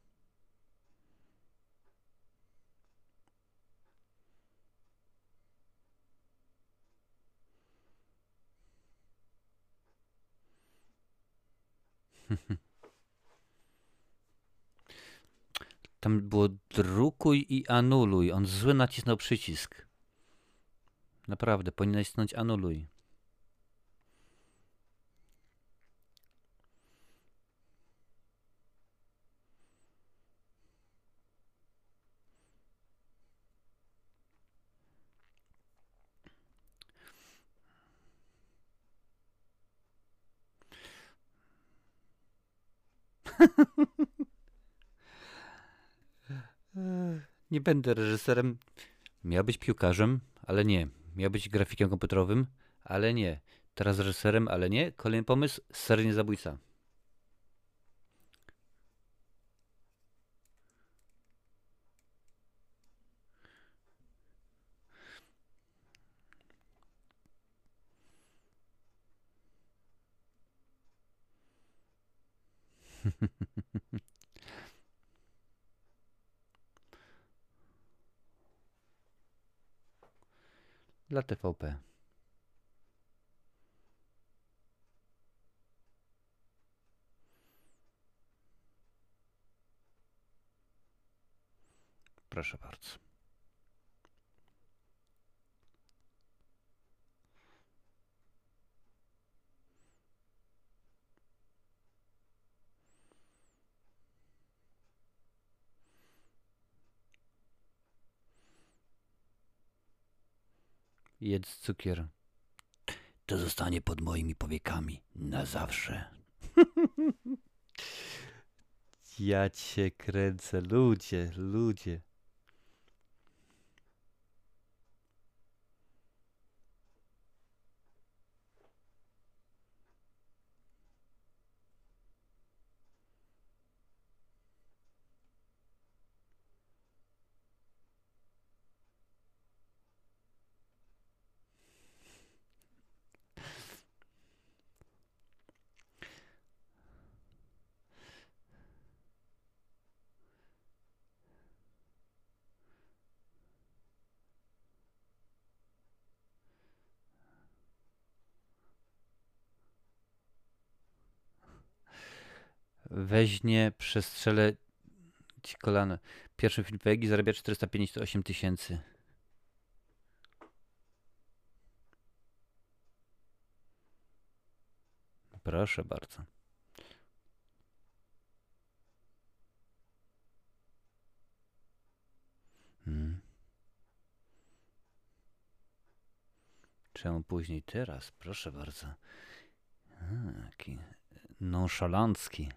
Tam było drukuj i anuluj. On zły nacisnął przycisk. Naprawdę, powinien nacisnąć anuluj. Nie będę reżyserem. Miał być piłkarzem, ale nie. Miał być grafikiem komputerowym, ale nie. Teraz reżyserem, ale nie. Kolejny pomysł, seryjny zabójca. Dla T V P. Proszę bardzo. Jedz cukier. to zostanie pod moimi powiekami na zawsze. Ja cię kręcę, ludzie, ludzie. Weźmie, przestrzelę ci kolano. Pierwszy film Wegi zarabia czterysta pięćdziesiąt osiem tysięcy. Proszę bardzo. Hmm. Czemu później teraz? Proszę bardzo. A, jaki nonszalancki.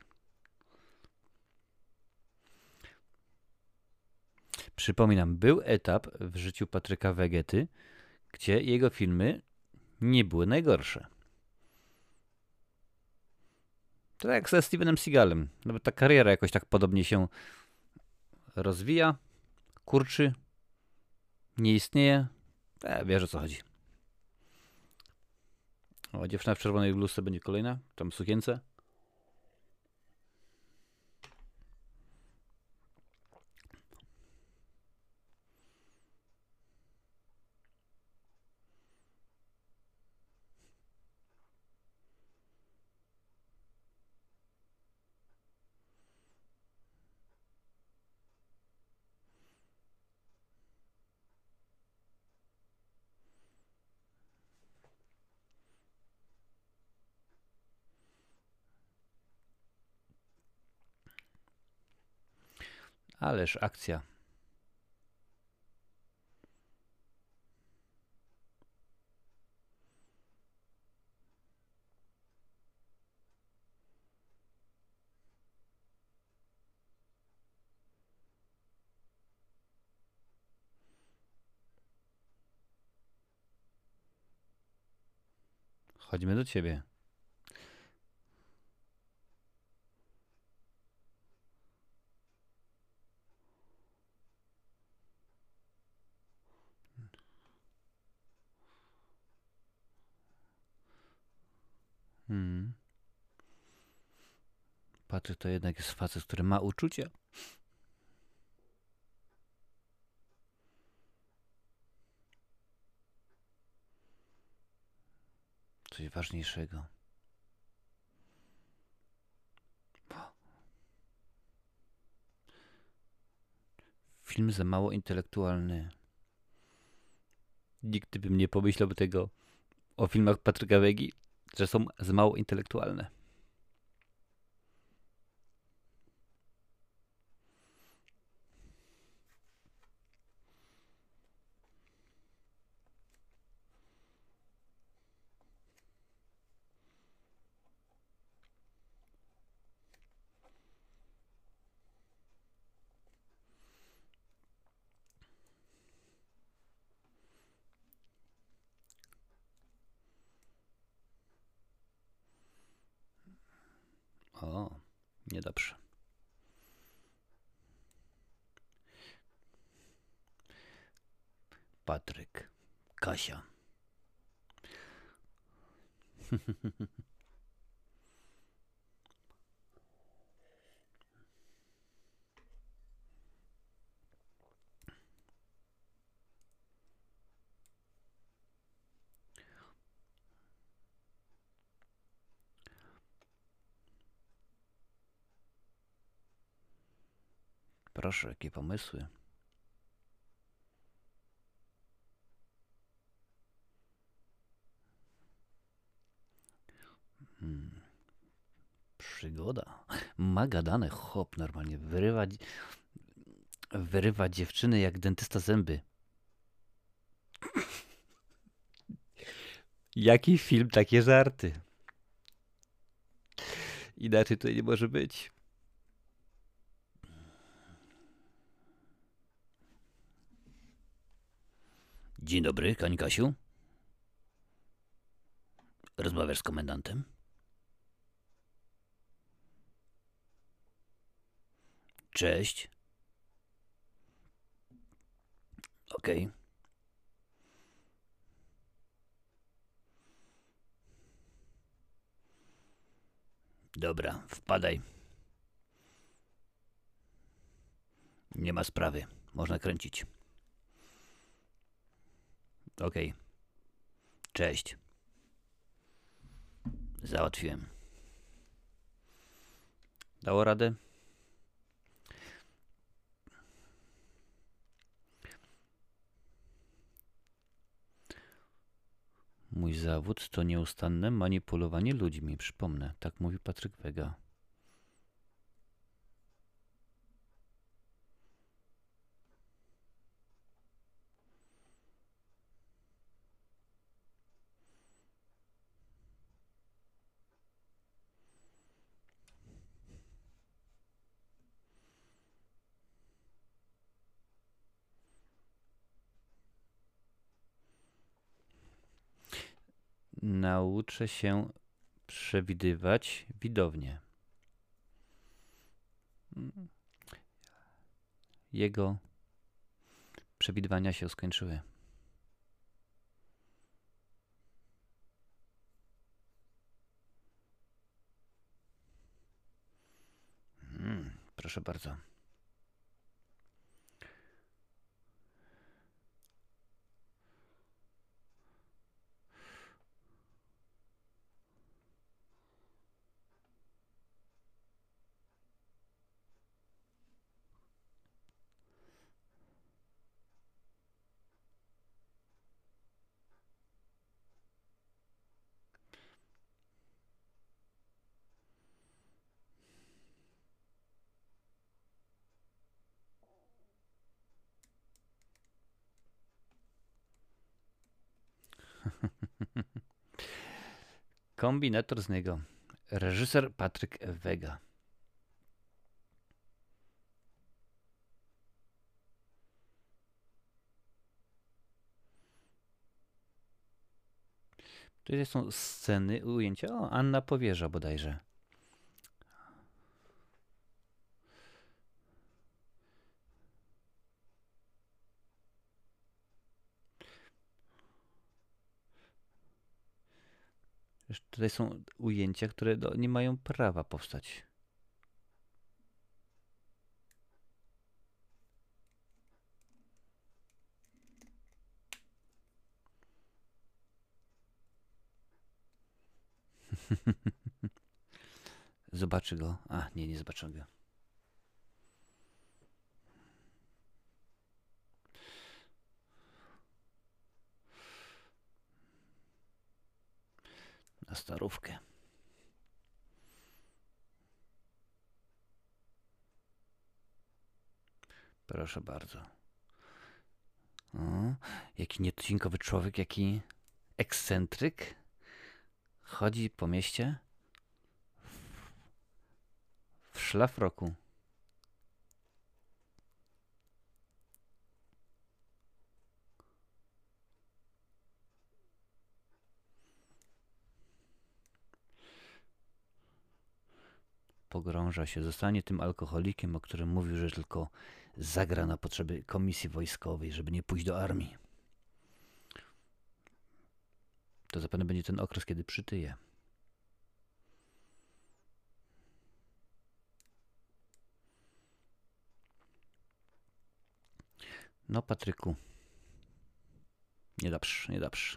Przypominam, był etap w życiu Patryka Wegety, gdzie jego filmy nie były najgorsze. To tak jak ze Stevenem Seagalem. Nawet ta kariera jakoś tak podobnie się rozwija, kurczy, nie istnieje. Ja wiesz, o co chodzi. O, dziewczyna w czerwonej bluzce będzie kolejna, tam w sukience. Ależ akcja. Chodźmy do ciebie. Hmm. Patryk to jednak jest facet, który ma uczucie. Coś ważniejszego. Film za mało intelektualny. Nigdy bym nie pomyślał tego o filmach Patryka Wegi, że są za mało intelektualne. O, niedobrze. Patryk, Kasia. Proszę, jakie pomysły. Hmm. Przygoda. Ma gadane, chłop normalnie wyrywa, wyrywa dziewczyny jak dentysta zęby. Jaki film, takie żarty. Inaczej to nie może być. Dzień dobry, Pani Kasiu. Rozmawiasz z komendantem? Cześć. Okej. Okay. Dobra, wpadaj. Nie ma sprawy. Można kręcić. Okej. Okay. Cześć. Załatwiłem. Dało radę? Mój zawód to nieustanne manipulowanie ludźmi. Przypomnę, tak mówi Patryk Wega. Nauczę się przewidywać widownię. Jego przewidywania się skończyły. Hmm, proszę bardzo. Kombinator z niego. Reżyser Patryk Wega. Tutaj są sceny, ujęcia. O, Anna Powierza bodajże. Tutaj są ujęcia, które do, nie mają prawa powstać. Zobaczy go. A, nie, nie zobaczę go. Na starówkę. Proszę bardzo. O, jaki nietuzinkowy człowiek, jaki ekscentryk. Chodzi po mieście w szlafroku. Pogrąża się, zostanie tym alkoholikiem, o którym mówił, że tylko zagra na potrzeby komisji wojskowej, żeby nie pójść do armii. To zapewne będzie ten okres, kiedy przytyje. No, Patryku. Nie dobrze, nie dobrze.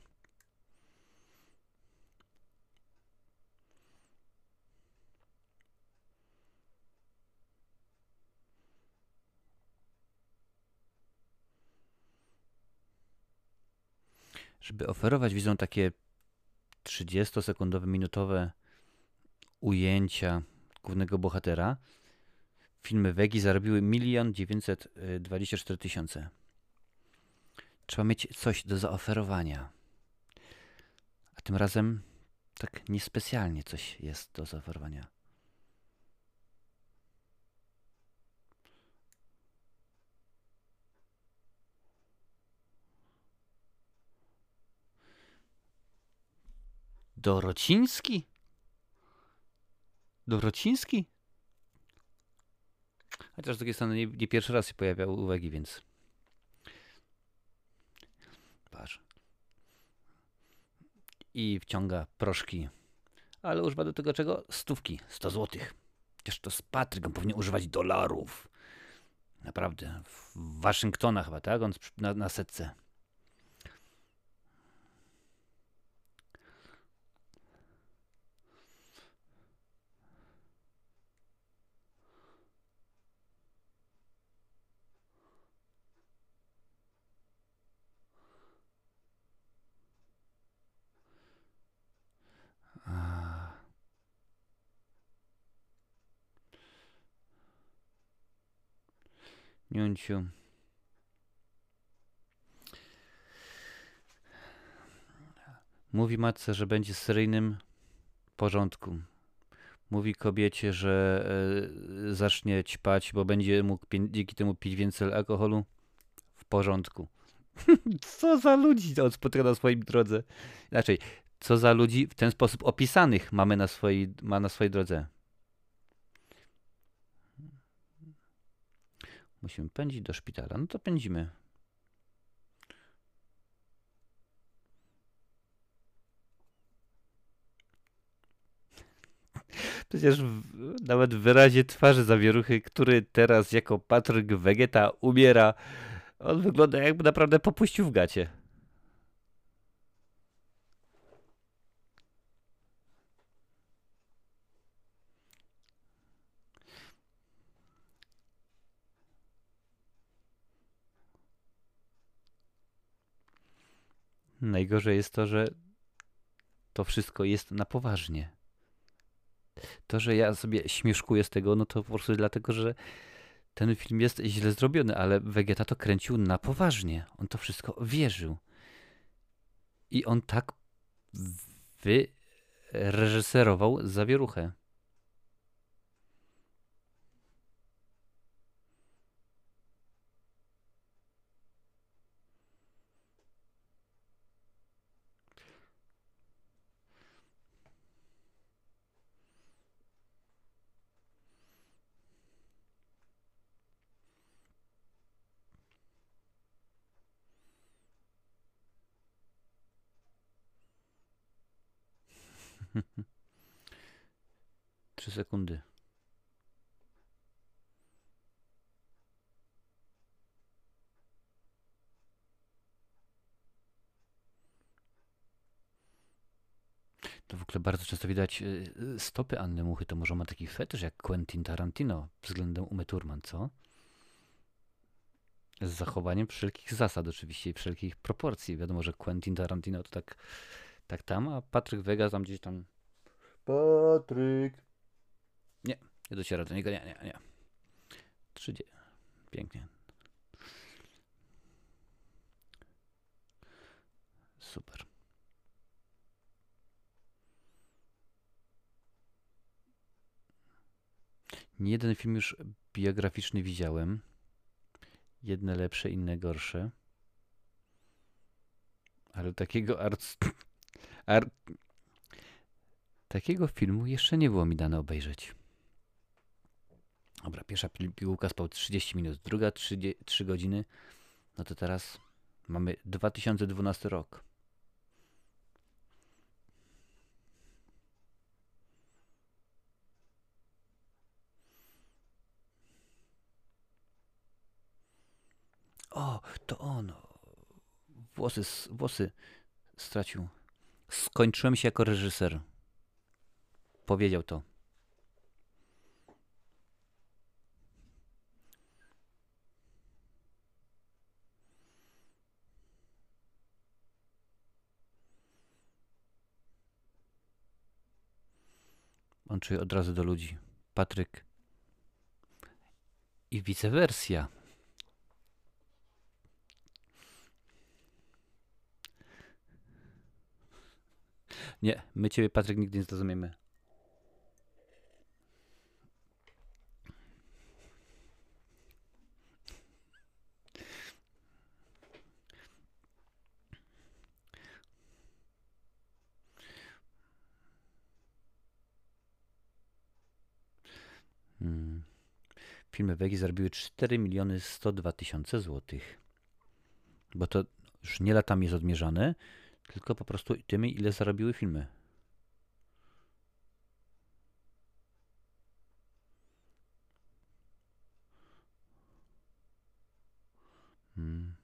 Żeby oferować widzom takie trzydziestosekundowe, minutowe ujęcia głównego bohatera, filmy Wegi zarobiły milion dziewięćset dwadzieścia cztery tysiące. Trzeba mieć coś do zaoferowania. A A tym razem tak niespecjalnie coś jest do zaoferowania. Dorociński? Dorociński? Chociaż z drugiej strony nie, nie pierwszy raz się pojawiały uwagi, więc... Patrz. I wciąga proszki. Ale używa do tego czego? Stówki. sto złotych. Chociaż to z Patryk, on powinien używać dolarów. Naprawdę. W Waszyngtona chyba, tak? On na, na setce. Niunciu. Mówi matce, że będzie w seryjnym porządku. Mówi kobiecie, że e, zacznie ćpać, bo będzie mógł dzięki temu pić więcej alkoholu. W porządku. Co za ludzi on spotyka na swoim drodze. Inaczej, co za ludzi w ten sposób opisanych mamy na swojej, ma na swojej drodze. Musimy pędzić do szpitala. No to pędzimy. Przecież w, nawet w wyrazie twarzy zawieruchy, który teraz jako Patryk Wegeta umiera, on wygląda jakby naprawdę popuścił w gacie. Najgorzej jest to, że to wszystko jest na poważnie. To, że ja sobie śmieszkuję z tego, no to po prostu dlatego, że ten film jest źle zrobiony, ale Vegeta to kręcił na poważnie. On to wszystko wierzył. I on tak wyreżyserował zawieruchę. Trzy sekundy. To w ogóle bardzo często widać stopy Anny Muchy. To może ma taki fetysz jak Quentin Tarantino względem Umy Thurman, co? Z zachowaniem wszelkich zasad oczywiście i wszelkich proporcji. Wiadomo, że Quentin Tarantino to tak, tak tam, a Patryk Wega tam gdzieś tam... Patryk! Nie, nie dociera do niego, nie, nie, nie. Trzydzie. Pięknie. Super. Nie jeden film już biograficzny widziałem. Jedne lepsze, inne gorsze. Ale takiego art... art... Takiego filmu jeszcze nie było mi dane obejrzeć. Dobra, pierwsza pigułka spał trzydzieści minut, druga trzy godziny. No to teraz mamy dwa tysiące dwunasty rok. O, to on. Włosy, włosy stracił. Skończyłem się jako reżyser. Powiedział to. On czuje od razu do ludzi. Patryk. I vice versa. Nie, my ciebie, Patryk, nigdy nie zrozumiemy. Hmm. Filmy Wegi zarobiły cztery miliony sto dwa tysiące złotych. Bo to już nie latami jest odmierzane, tylko po prostu tymi, ile zarobiły filmy. Hmm.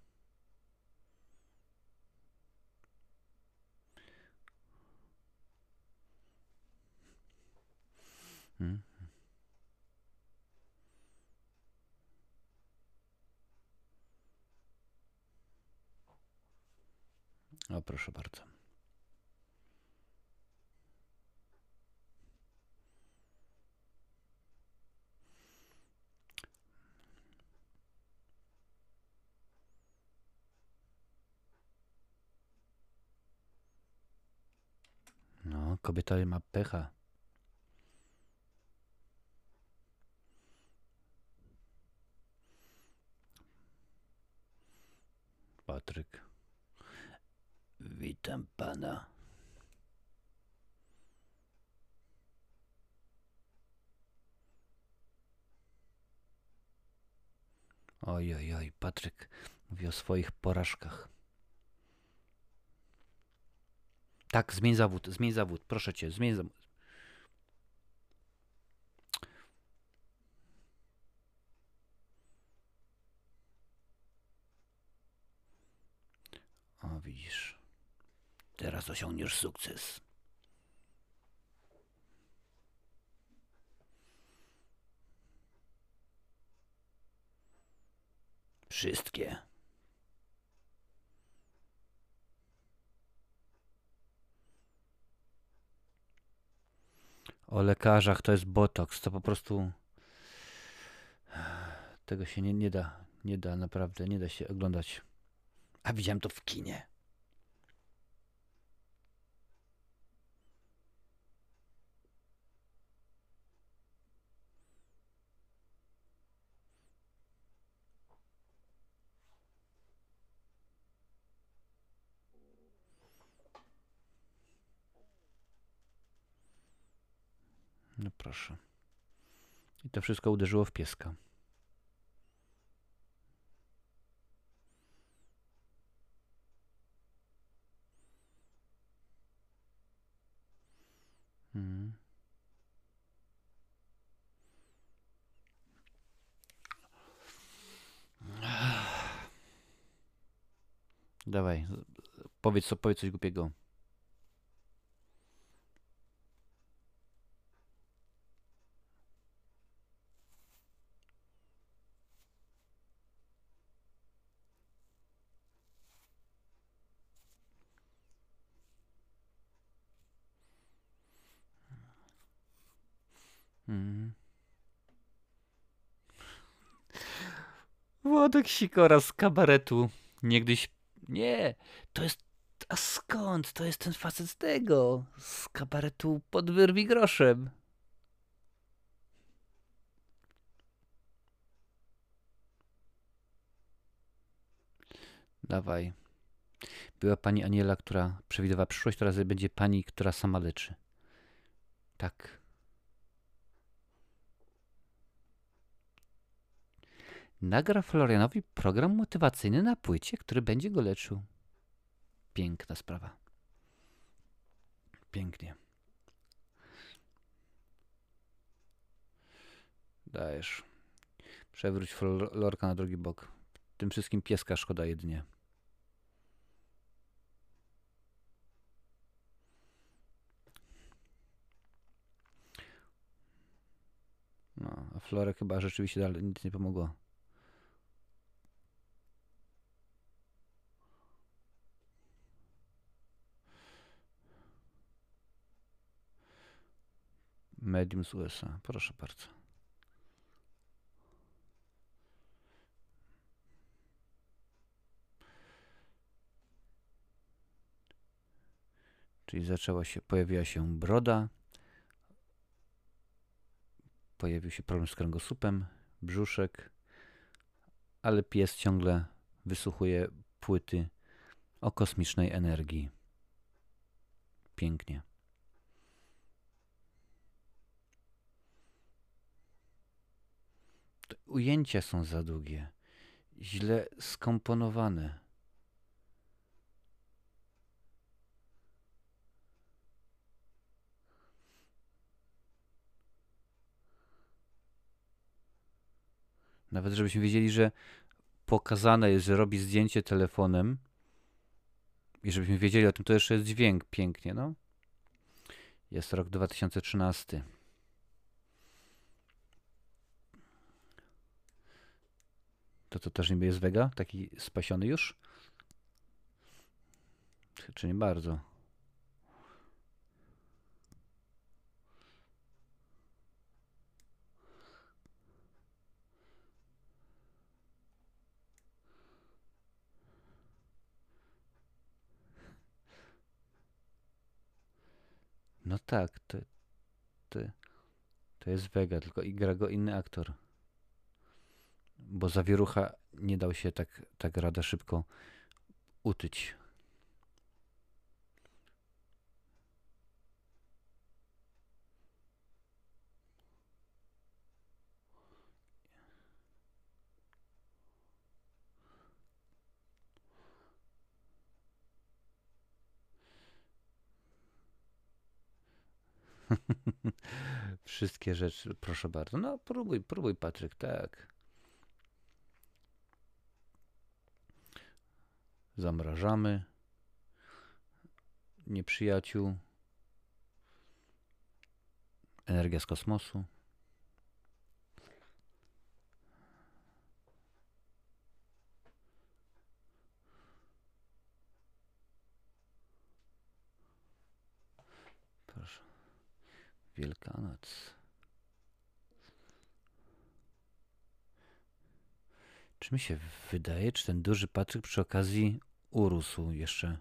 Hmm. O, proszę bardzo. No, kobieta ma pecha. Patryk. Witam pana. Oj, oj, oj, Patryk mówi o swoich porażkach. Tak, zmień zawód, zmień zawód, proszę cię, zmień zawód. O, widzisz. Teraz osiągniesz sukces. Wszystkie. O lekarzach to jest botoks, to po prostu tego się nie, nie da, nie da, naprawdę, nie da się oglądać. A widziałem to w kinie. No proszę. I to wszystko uderzyło w pieska. Hmm. Dawaj, powiedz, co, powiedz coś głupiego. Hmm. Włodek Sikora z kabaretu. Niegdyś... Nie, to jest... A skąd? To jest ten facet z tego. Z kabaretu pod wyrwi groszem. Dawaj. Była pani Aniela, która przewidywała przyszłość, teraz będzie pani, która sama leczy. Tak. Nagra Florianowi program motywacyjny na płycie, który będzie go leczył. Piękna sprawa. Pięknie. Dajesz. Przewróć Florka na drugi bok. Tym wszystkim pieska szkoda jedynie. No, a Florek chyba rzeczywiście dalej nic nie pomogło. Medium z U S A. Proszę bardzo. Czyli zaczęła się, pojawiła się broda, pojawił się problem z kręgosłupem, brzuszek, ale pies ciągle wysłuchuje płyty o kosmicznej energii. Pięknie. Te ujęcia są za długie, źle skomponowane. Nawet żebyśmy wiedzieli, że pokazane jest, że robi zdjęcie telefonem i żebyśmy wiedzieli o tym, to jeszcze jest dźwięk pięknie, no. Jest rok dwa tysiące trzynasty. To to też niby jest Vega? Taki spasiony już? Czy nie bardzo? No tak, to, to, to jest Vega, tylko i gra go inny aktor. Bo zawierucha nie dał się tak, tak rada szybko utyć. Wszystkie rzeczy, proszę bardzo. No próbuj, próbuj Patryk, tak. Zamrażamy nieprzyjaciół. Energia z kosmosu. Proszę. Wielkanoc. Czy mi się wydaje, czy ten duży Patryk przy okazji urósł jeszcze?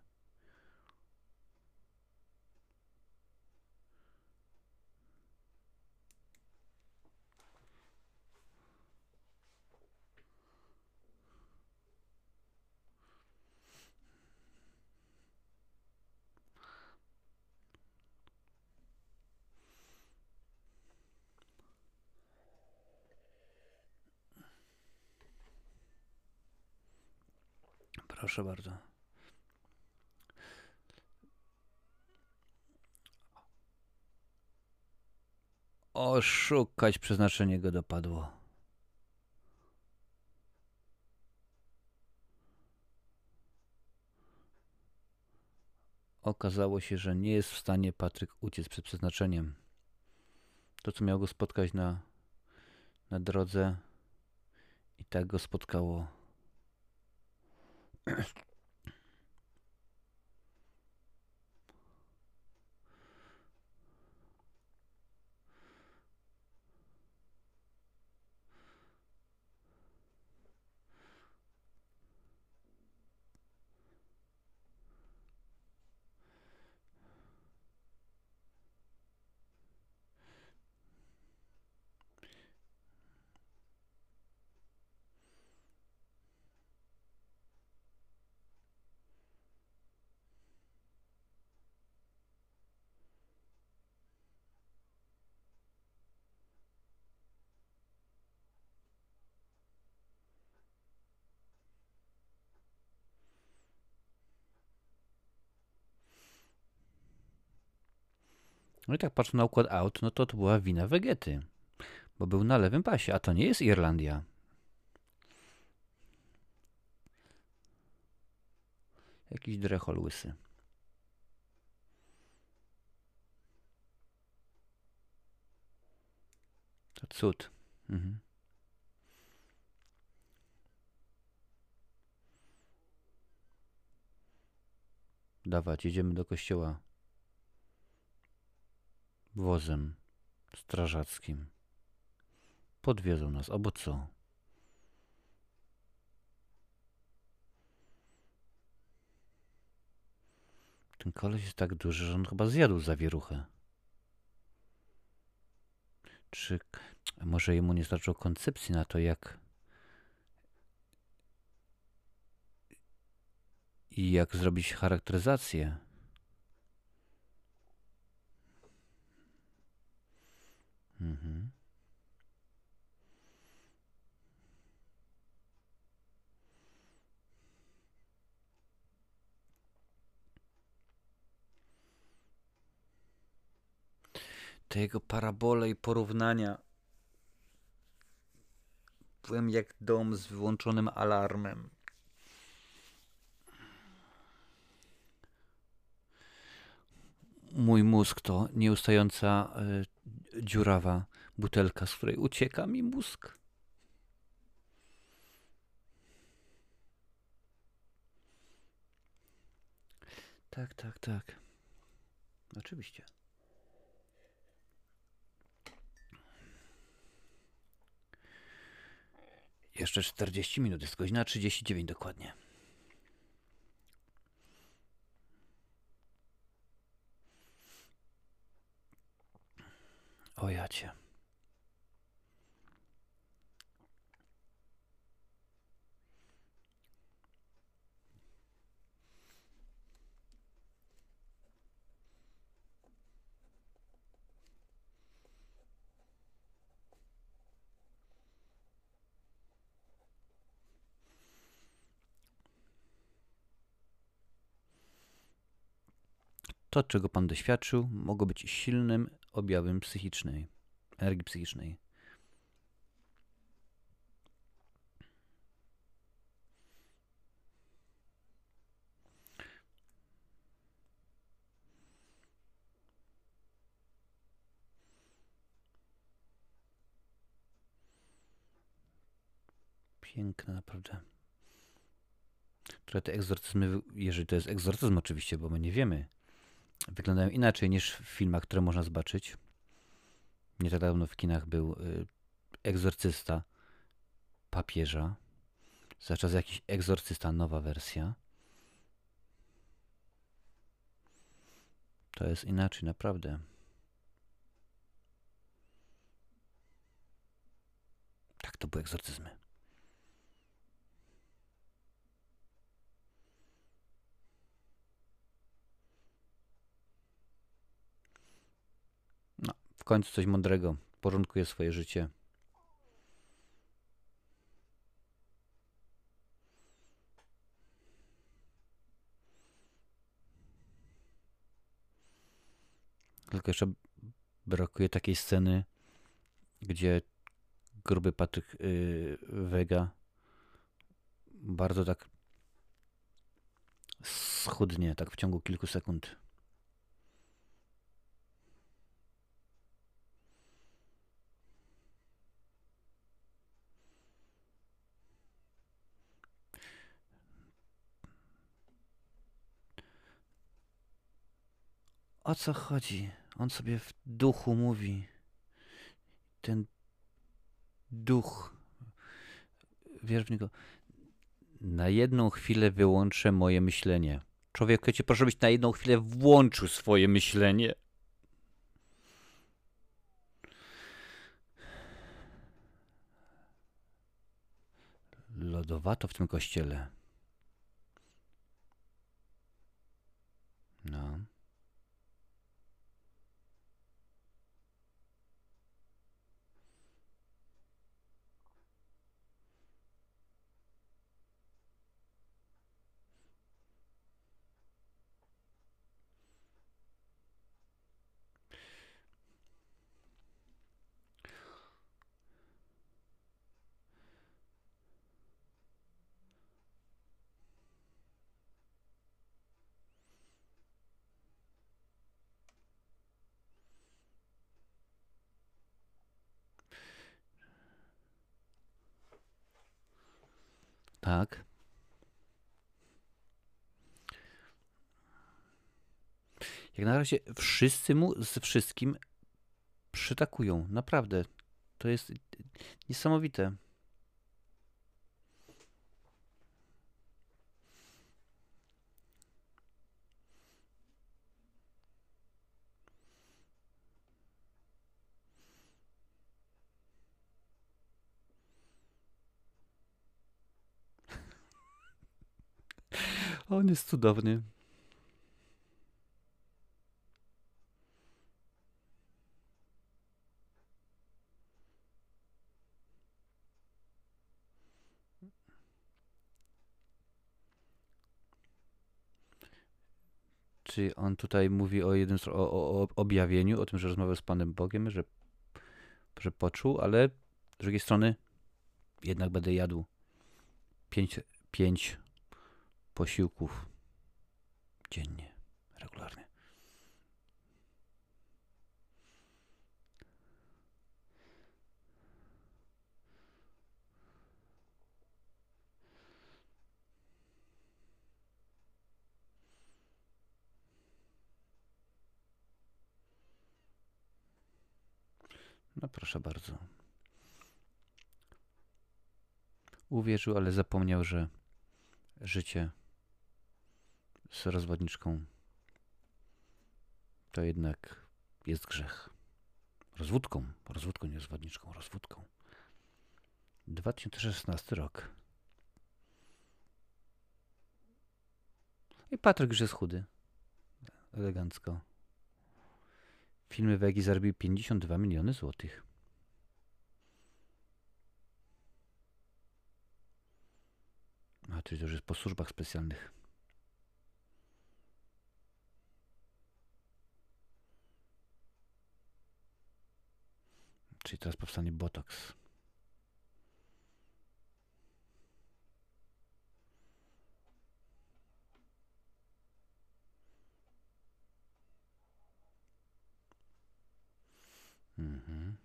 Proszę bardzo. Oszukać przeznaczenie go dopadło. Okazało się, że nie jest w stanie Patryk uciec przed przeznaczeniem. To, co miało go spotkać na, na drodze, i tak go spotkało. No i tak patrzę na układ aut, no to to była wina Vegety, bo był na lewym pasie, a to nie jest Irlandia. Jakiś drechol łysy. To cud. Mhm. Dawać, jedziemy do kościoła wozem strażackim. Podwiedzą nas, albo co? Ten koleś jest tak duży, że on chyba zjadł zawieruchę. Czy może jemu nie starczyło koncepcji na to, jak i jak zrobić charakteryzację? Mhm. Te jego parabole i porównania. Byłem jak dom z wyłączonym alarmem. Mój mózg to nieustająca y, dziurawa butelka, z której ucieka mi mózg. Tak, tak, tak. Oczywiście. Jeszcze czterdzieści minut, jest godzina trzydzieści dziewięć dokładnie. O jacie. To, czego pan doświadczył, mogło być silnym objawem psychicznej, energii psychicznej. Piękne, naprawdę. Które te egzorcyzmy, jeżeli to jest egzorcyzm oczywiście, bo my nie wiemy, wyglądają inaczej niż w filmach, które można zobaczyć. Nie tak dawno w kinach był y, egzorcysta papieża. Za czas jakiś egzorcysta, nowa wersja. To jest inaczej, naprawdę. Tak, to były egzorcyzmy. No, w końcu coś mądrego. Porządkuje swoje życie. Tylko jeszcze brakuje takiej sceny, gdzie gruby Patryk yy, Wega bardzo tak schudnie, tak w ciągu kilku sekund. O co chodzi? On sobie w duchu mówi. Ten duch, wierz w niego. Na jedną chwilę wyłączę moje myślenie. Człowieku, ja cię proszę, żebyś na jedną chwilę włączył swoje myślenie. Lodowato w tym kościele. No. Tak. Jak na razie wszyscy mu ze wszystkim przytakują. Naprawdę. To jest niesamowite. On jest cudowny. Czy on tutaj mówi o jednym o, o, o objawieniu, o tym, że rozmawiał z Panem Bogiem, że, że poczuł, ale z drugiej strony jednak będę jadł pięć, pięć posiłków dziennie, regularnie. No proszę bardzo. Uwierzył, ale zapomniał, że życie z rozwodniczką to jednak jest grzech. Rozwódką, rozwódką, nie rozwodniczką, rozwódką. dwa tysiące szesnasty rok. I Patryk już jest chudy. Elegancko. Filmy Wegi zarobiły pięćdziesiąt dwa miliony złotych. A to już jest po służbach specjalnych. Czyli teraz powstanie Botox. Mhm.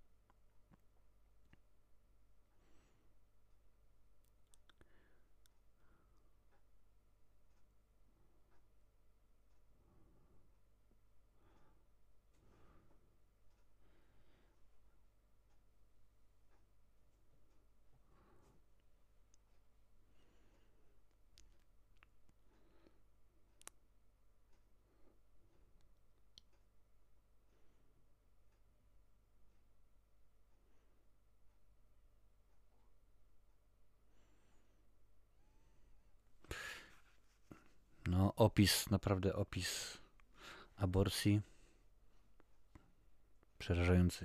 No, opis, naprawdę opis aborcji przerażający.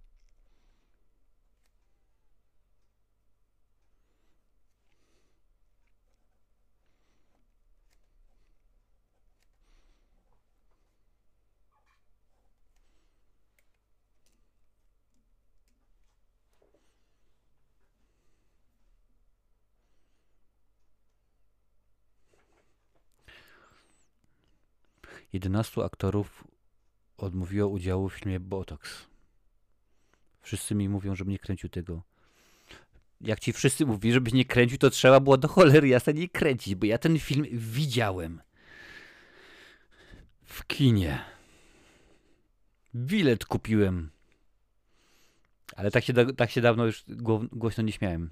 jedenastu aktorów odmówiło udziału w filmie Botox. Wszyscy mi mówią, żebym nie kręcił tego. Jak ci wszyscy mówili, żebyś nie kręcił, to trzeba było do cholery jasna nie kręcić, bo ja ten film widziałem. W kinie. Bilet kupiłem. Ale tak się, tak się dawno już głośno nie śmiałem.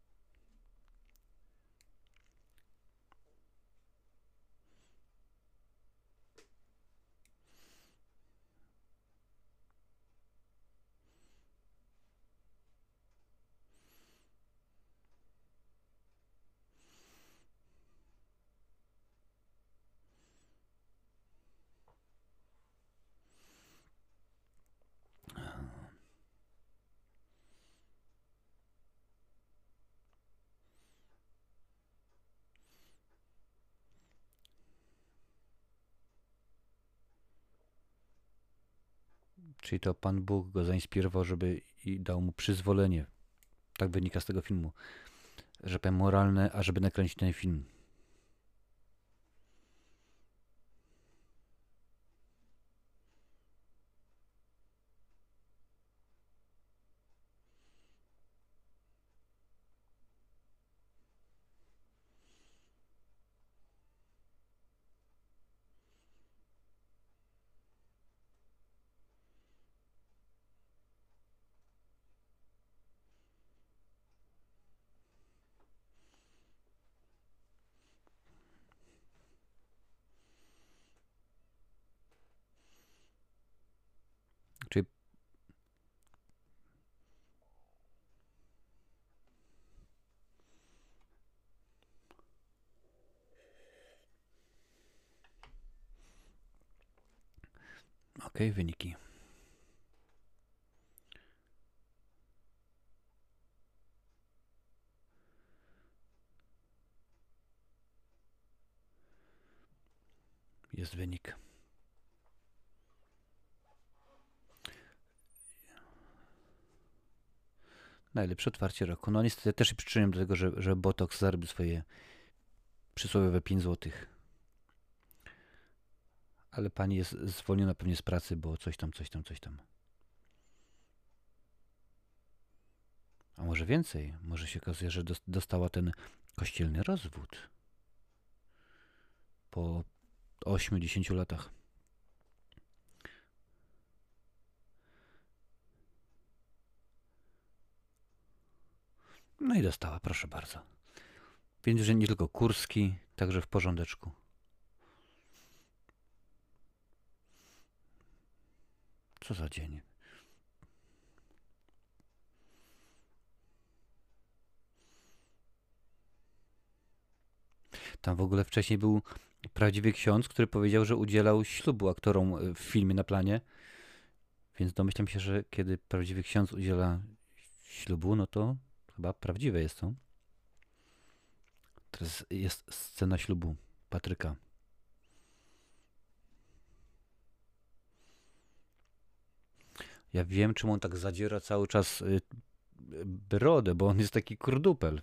Czyli to Pan Bóg go zainspirował, żeby i dał mu przyzwolenie. Tak wynika z tego filmu. Że powiem moralne, ażeby nakręcić ten film. Ok, wyniki. Jest wynik. Najlepsze otwarcie roku. No niestety też się przyczyniłem do tego, że, że Botox zarobił swoje przysłowiowe pięć złotych. Ale pani jest zwolniona pewnie z pracy, bo coś tam, coś tam, coś tam. A może więcej? Może się okazuje, że dostała ten kościelny rozwód po ośmiu dziesięciu latach. No i dostała, proszę bardzo. Więc, że nie tylko Kurski, także w porządeczku. Co za dzień. Tam w ogóle wcześniej był prawdziwy ksiądz, który powiedział, że udzielał ślubu aktorom w filmie na planie. Więc domyślam się, że kiedy prawdziwy ksiądz udziela ślubu, no to chyba prawdziwe jest to. Teraz jest scena ślubu Patryka. Ja wiem, czemu on tak zadziera cały czas y, brodę, bo on jest taki kurdupel.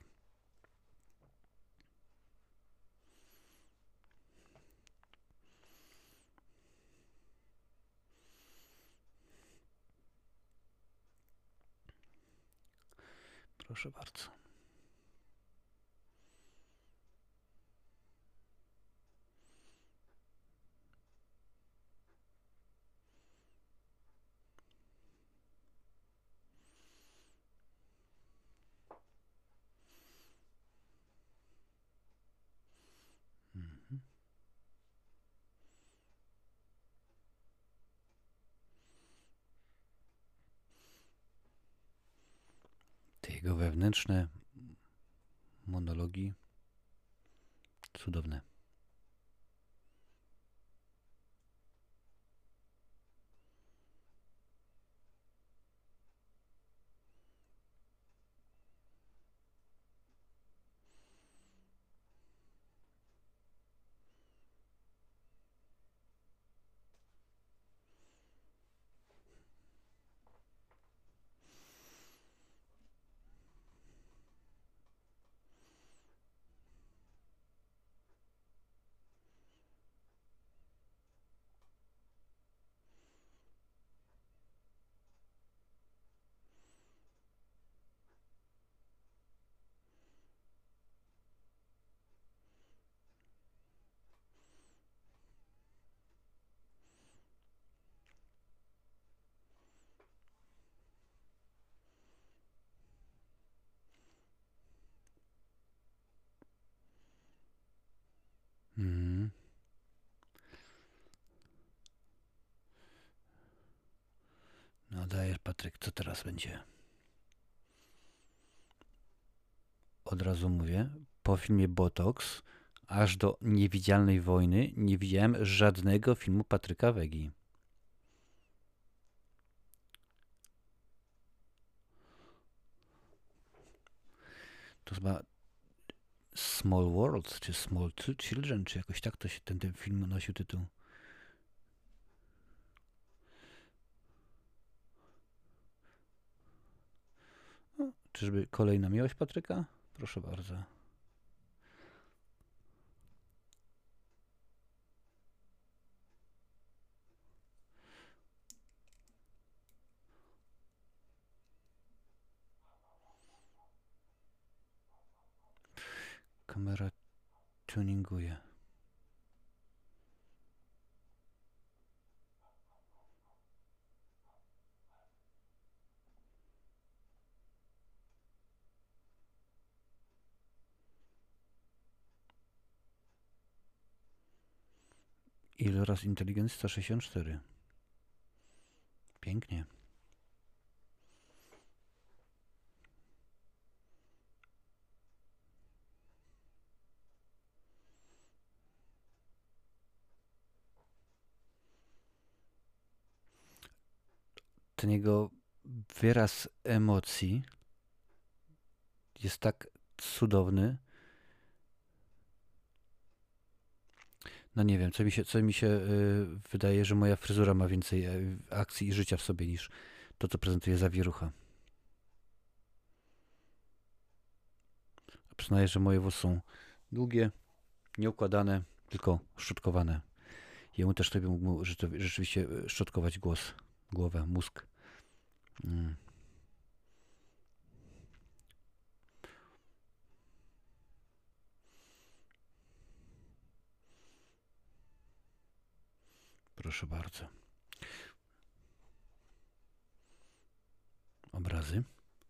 Proszę bardzo. Mhm. Te jego wewnętrzne monologi cudowne. Mhm. No dajesz, Patryk, co teraz będzie? Od razu mówię, po filmie Botox aż do Niewidzialnej Wojny nie widziałem żadnego filmu Patryka Wegi. To chyba Small World, czy Small Children, czy jakoś tak to się ten, ten film nosił tytuł. No, czyżby kolejna miłość Patryka? Proszę bardzo. Kamera tuninguje. Iloraz inteligencji sto sześćdziesiąt cztery. Pięknie. ten jego wyraz emocji jest tak cudowny. No nie wiem, co mi się, co mi się yy, wydaje, że moja fryzura ma więcej yy, akcji i życia w sobie niż to, co prezentuje zawierucha. Przyznaję, że moje włosy są długie, nieukładane, tylko szczotkowane. Jemu też sobie mógł rzeczywiście szczotkować głos, głowę, mózg. Mm. Proszę bardzo. Obrazy.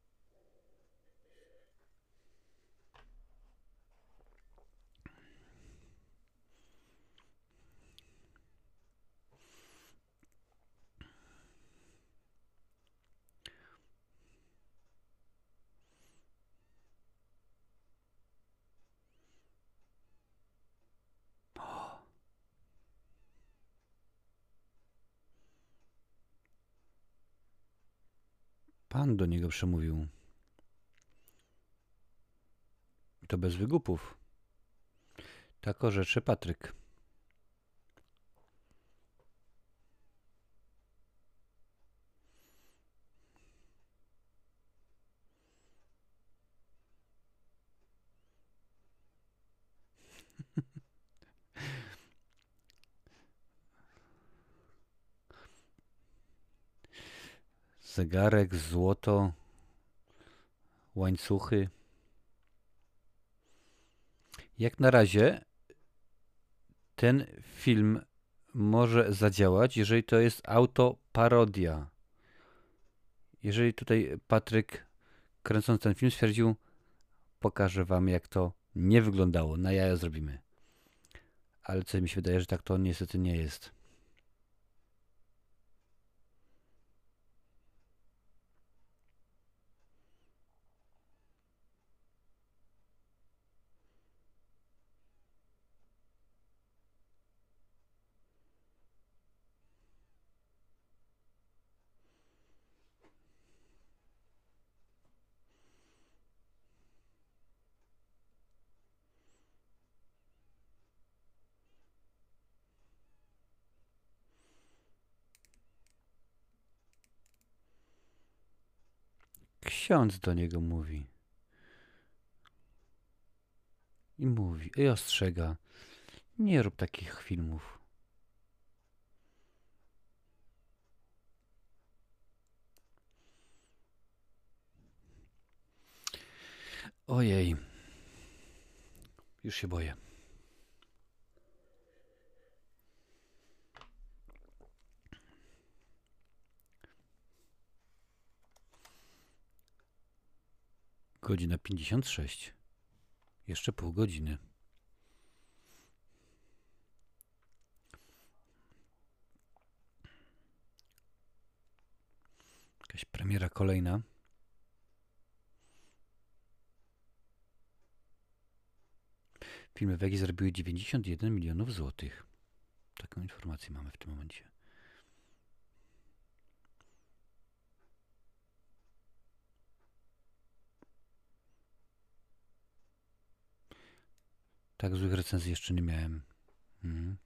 Pan do niego przemówił. I to bez wygupów. Tak orzecze Patryk. Zegarek, złoto, łańcuchy. Jak na razie ten film może zadziałać, jeżeli to jest autoparodia. Jeżeli tutaj Patryk, kręcąc ten film, stwierdził, pokażę wam, jak to nie wyglądało, na jaja zrobimy. Ale co mi się wydaje, że tak to niestety nie jest. Ksiądz do niego mówi. I mówi, i ostrzega. Nie rób takich filmów. Ojej. Już się boję. Godzina pięćdziesiąt sześć. Jeszcze pół godziny. Jakaś premiera kolejna. Filmy Wegi zarobiły dziewięćdziesiąt jeden milionów złotych. Taką informację mamy w tym momencie. Tak złych recenzji jeszcze nie miałem. Mhm.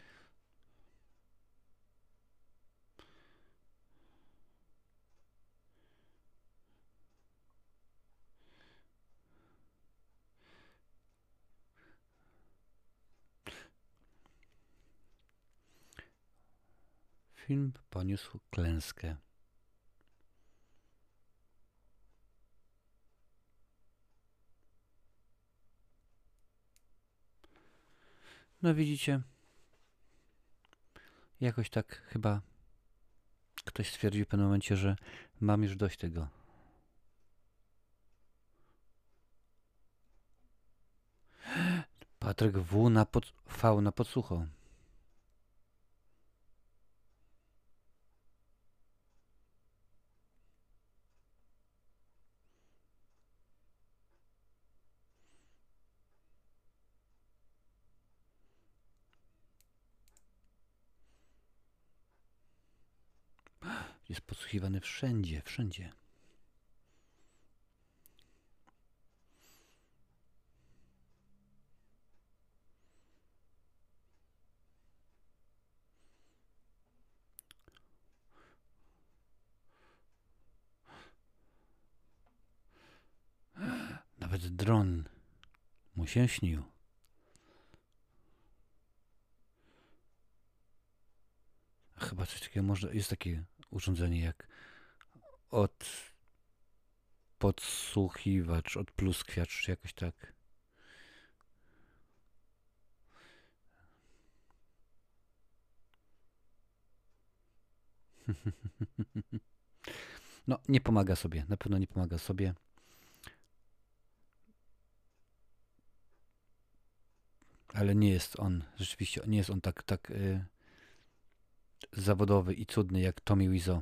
Film poniósł klęskę. No widzicie, jakoś tak chyba ktoś stwierdził w pewnym momencie, że mam już dość tego. Patryk W na pod, V na podsłucho. Jest podsłuchiwany wszędzie, wszędzie. Nawet dron mu się śnił. A chyba coś takiego można, jest takie urządzenie jak od podsłuchiwacz, odpluskwiacz, czy jakoś tak. No, nie pomaga sobie, na pewno nie pomaga sobie. Ale nie jest on, rzeczywiście, nie jest on tak, tak y, zawodowy i cudny jak Tommy Wiseau.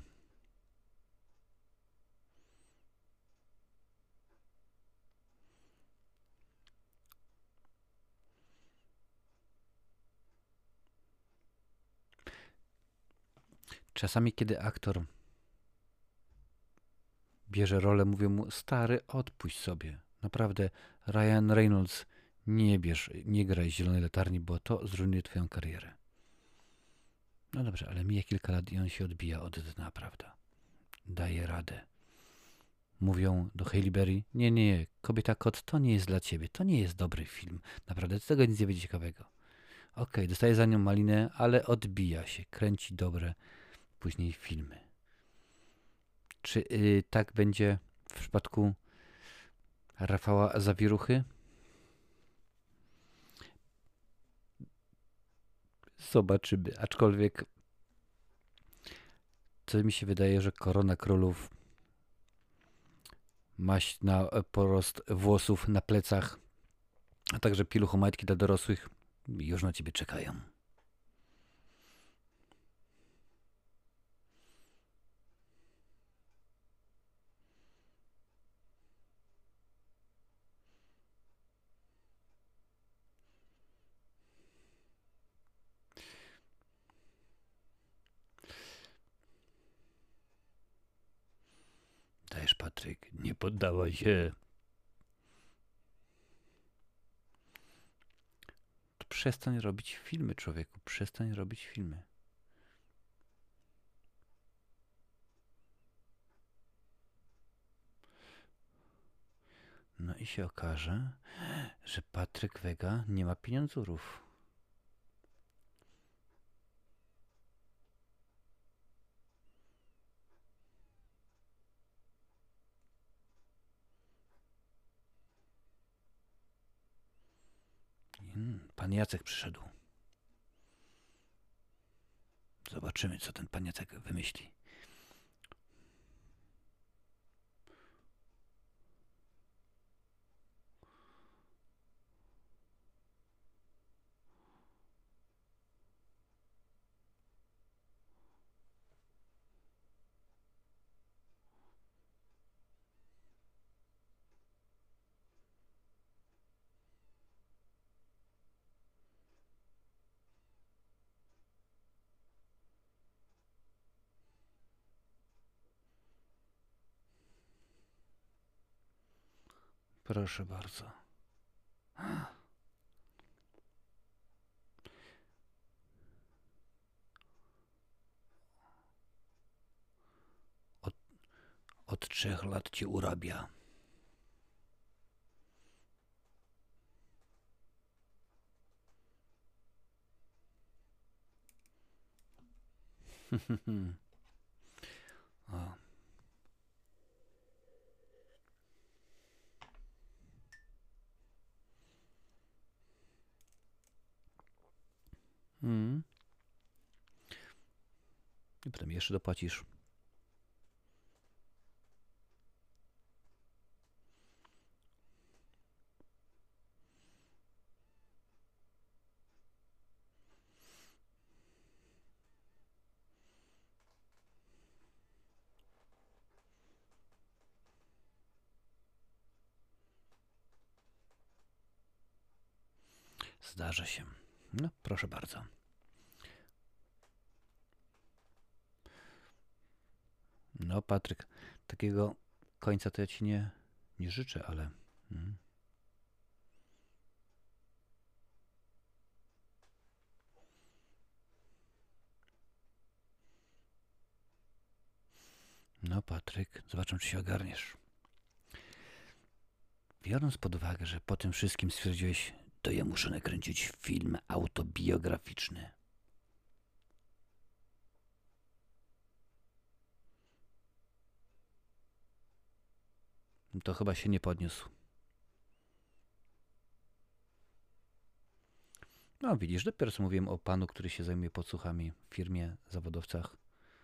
Czasami, kiedy aktor bierze rolę, mówią mu, stary, odpuść sobie. Naprawdę, Ryan Reynolds, nie bierz, nie graj zielonej latarni, bo to zrujnuje twoją karierę. No dobrze, ale mija kilka lat i on się odbija od dna, prawda? Daje radę. Mówią do Halle Berry, nie, nie, Kobieta Kot, to nie jest dla ciebie, to nie jest dobry film. Naprawdę, z tego nic nie będzie ciekawego. Okej, okay, dostaje za nią malinę, ale odbija się, kręci dobre później filmy. Czy yy, tak będzie w przypadku Rafała Zawiruchy? Zobaczymy. Aczkolwiek co mi się wydaje, że Korona Królów, maść na porost włosów na plecach, a także pieluchomajtki dla dorosłych już na ciebie czekają. Dajesz, Patryk, nie poddawaj się. To przestań robić filmy, człowieku. Przestań robić filmy. No i się okaże, że Patryk Wega nie ma pieniądzurów. Pan Jacek przyszedł. Zobaczymy, co ten pan Jacek wymyśli. Proszę bardzo. Od, od trzech lat cię urabia. O. Hmm. I potem jeszcze dopłacisz. Zdarza się. No, proszę bardzo. No, Patryk, takiego końca to ja ci nie, nie życzę, ale... Mm. No, Patryk, zobaczę, czy się ogarniesz. Biorąc pod uwagę, że po tym wszystkim stwierdziłeś, to ja muszę nakręcić film autobiograficzny. To chyba się nie podniósł. No widzisz, dopiero co mówiłem o panu, który się zajmuje podsłuchami w firmie, zawodowcach.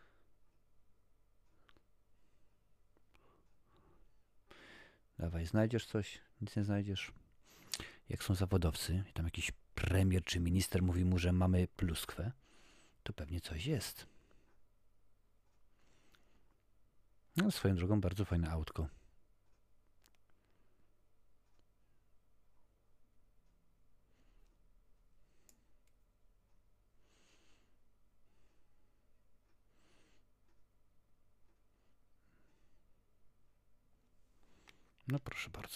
Dawaj, znajdziesz coś? Nic nie znajdziesz. Jak są zawodowcy, tam jakiś premier czy minister mówi mu, że mamy pluskwę, to pewnie coś jest. No, swoją drogą bardzo fajne autko. No proszę bardzo.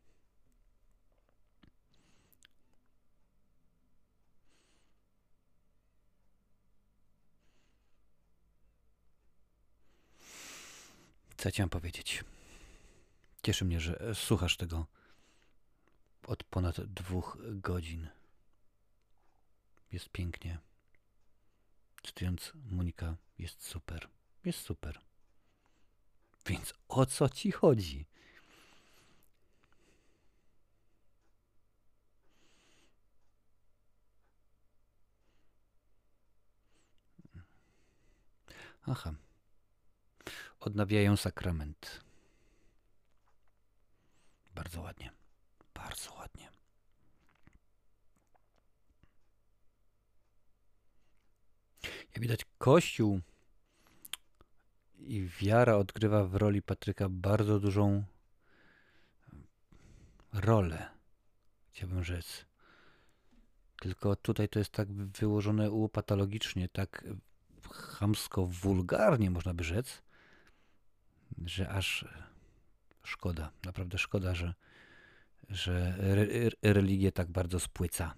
Co chciałem powiedzieć? Cieszy mnie, że słuchasz tego od ponad dwóch godzin. Jest pięknie. Cytując Monika, jest super. Jest super. Więc o co ci chodzi? Aha. Odnawiają sakrament. Bardzo ładnie. Bardzo ładnie. Jak widać, Kościół i wiara odgrywa w roli Patryka bardzo dużą rolę, chciałbym rzec. Tylko tutaj to jest tak wyłożone upatologicznie, tak chamsko, wulgarnie można by rzec, że aż szkoda, naprawdę szkoda, że, że re, religię tak bardzo spłyca.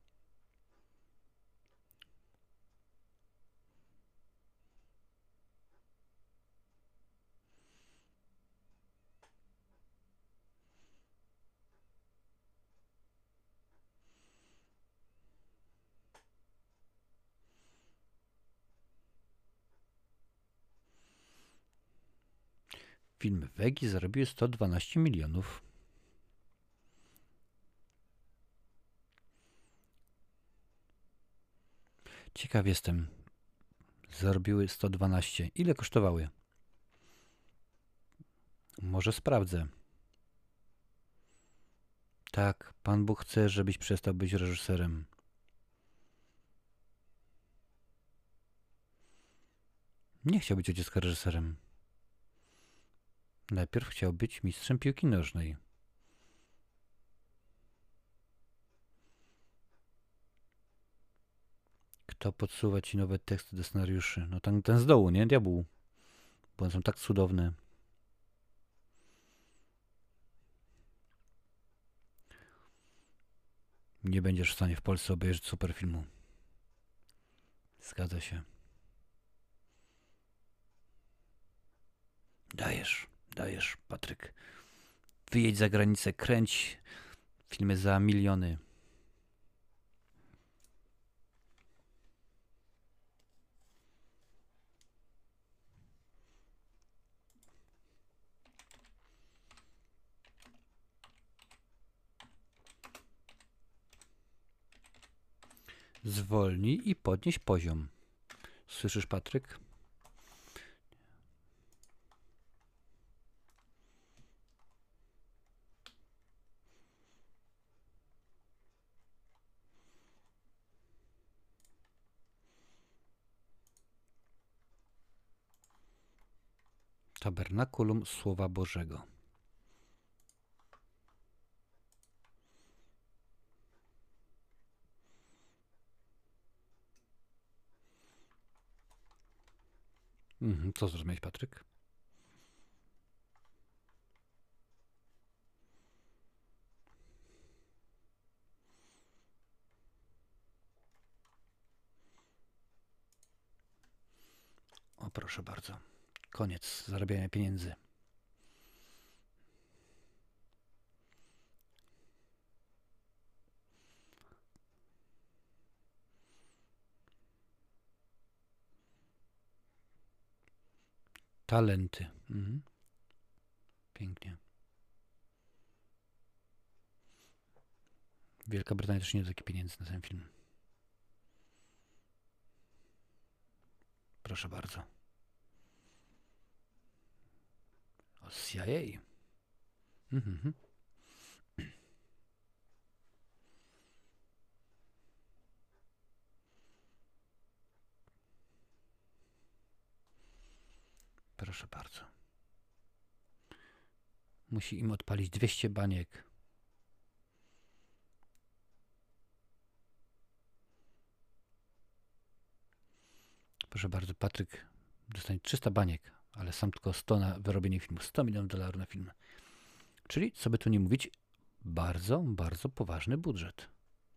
Filmy Wegi zarobiły sto dwanaście milionów. Ciekaw jestem. Zarobiły sto dwanaście. Ile kosztowały? Może sprawdzę. Tak, Pan Bóg chce, żebyś przestał być reżyserem. Nie chciał być od dziecka reżyserem. Najpierw chciał być mistrzem piłki nożnej. Kto podsuwa ci nowe teksty do scenariuszy? No ten, ten z dołu, nie? Diabł. Bo one są tak cudowne. Nie będziesz w stanie w Polsce obejrzeć super filmu. Zgadza się. Dajesz, dajesz, Patryk. Wyjedź za granicę, kręć filmy za miliony. Zwolnij i podnieś poziom. Słyszysz, Patryk? Tabernakulum Słowa Bożego. Mhm, co zrozumiałeś, Patryk? proszę bardzo. Koniec zarabiania pieniędzy. Talenty. Mhm. Pięknie. Wielka Brytania też nie da takich pieniędzy na ten film. Proszę bardzo. O C I A. Mhm. Proszę bardzo. Musi im odpalić dwieście baniek. Proszę bardzo, Patryk dostanie trzysta baniek, ale sam tylko sto na wyrobienie filmu. sto milionów dolarów na film. Czyli, co by tu nie mówić, bardzo, bardzo poważny budżet.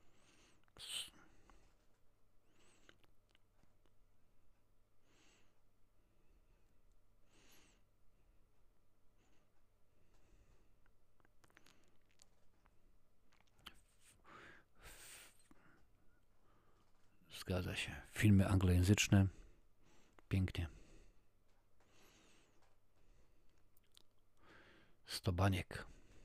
Zgadza się. Filmy anglojęzyczne. Pięknie. sto baniek.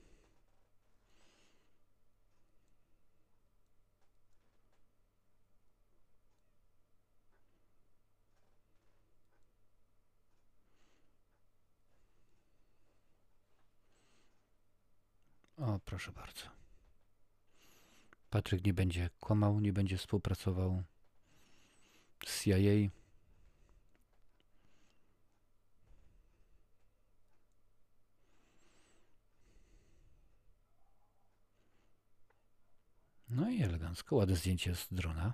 O, proszę bardzo. Patryk nie będzie kłamał, nie będzie współpracował z C I A. No i elegancko. Ładne zdjęcie z drona.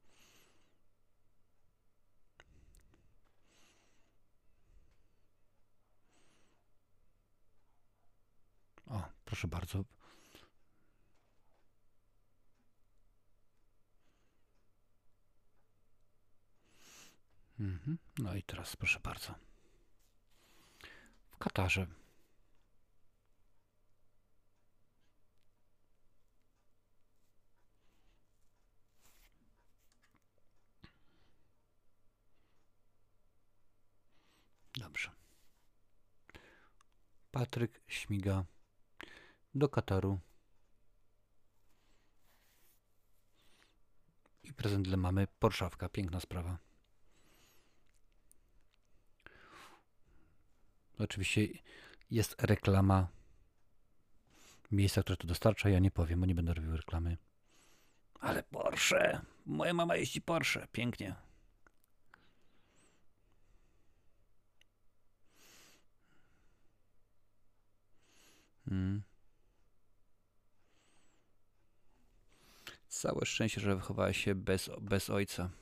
O, proszę bardzo. Mhm. No i teraz proszę bardzo. W Katarze. Dobrze. Patryk śmiga do Kataru. I prezent dla mamy. Porszawka. Piękna sprawa. Oczywiście jest reklama miejsca, które to dostarcza. Ja nie powiem, bo nie będę robił reklamy. Ale Porsche. Moja mama jeździ Porsche. Pięknie. Hmm. Całe szczęście, że wychowała się bez, bez ojca.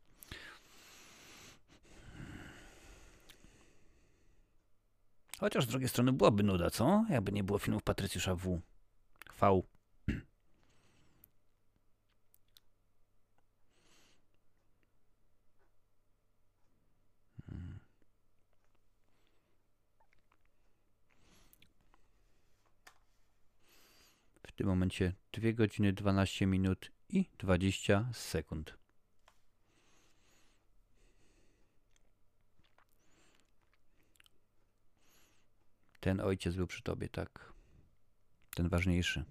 Chociaż z drugiej strony byłaby nuda, co? Jakby nie było filmów Patrycjusza W. V. W tym momencie dwie godziny dwanaście minut i dwadzieścia sekund. Ten ojciec był przy tobie, tak. Ten ważniejszy.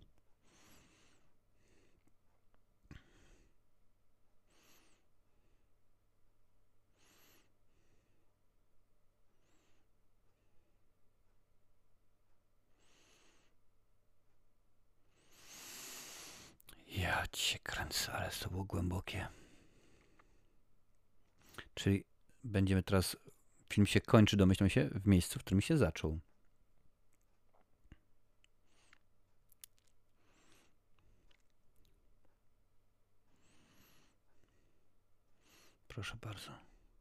Ja cię kręcę, ale to było głębokie. Czyli będziemy teraz... Film się kończy, domyślam się, w miejscu, w którym się zaczął. Proszę bardzo.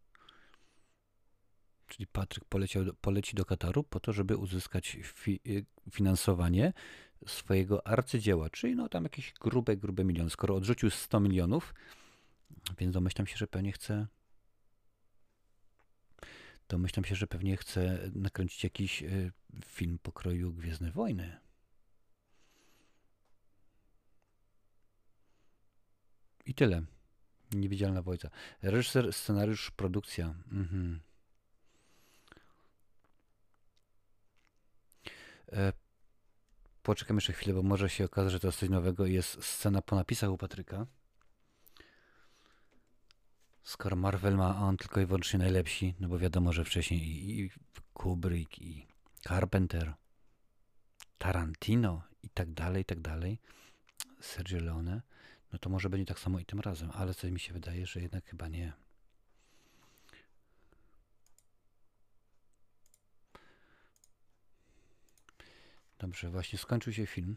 Czyli Patryk poleciał, poleci do Kataru po to, żeby uzyskać fi, finansowanie swojego arcydzieła. Czyli no tam jakieś grube, grube miliony. Skoro odrzucił sto milionów, więc domyślam się, że pewnie chce domyślam się, że pewnie chce nakręcić jakiś y, film pokroju Gwiezdne Wojny. I tyle. Niewidzialna Wojna. Reżyser, scenariusz, produkcja. Mhm. E, poczekam jeszcze chwilę, bo może się okazać, że to jest coś nowego i jest scena po napisach u Patryka. Skoro Marvel ma on tylko i wyłącznie najlepsi, no bo wiadomo, że wcześniej i, i Kubrick, i Carpenter, Tarantino i tak dalej, i tak dalej, Sergio Leone, no to może będzie tak samo i tym razem, ale coś mi się wydaje, że jednak chyba nie. Dobrze, właśnie skończył się film.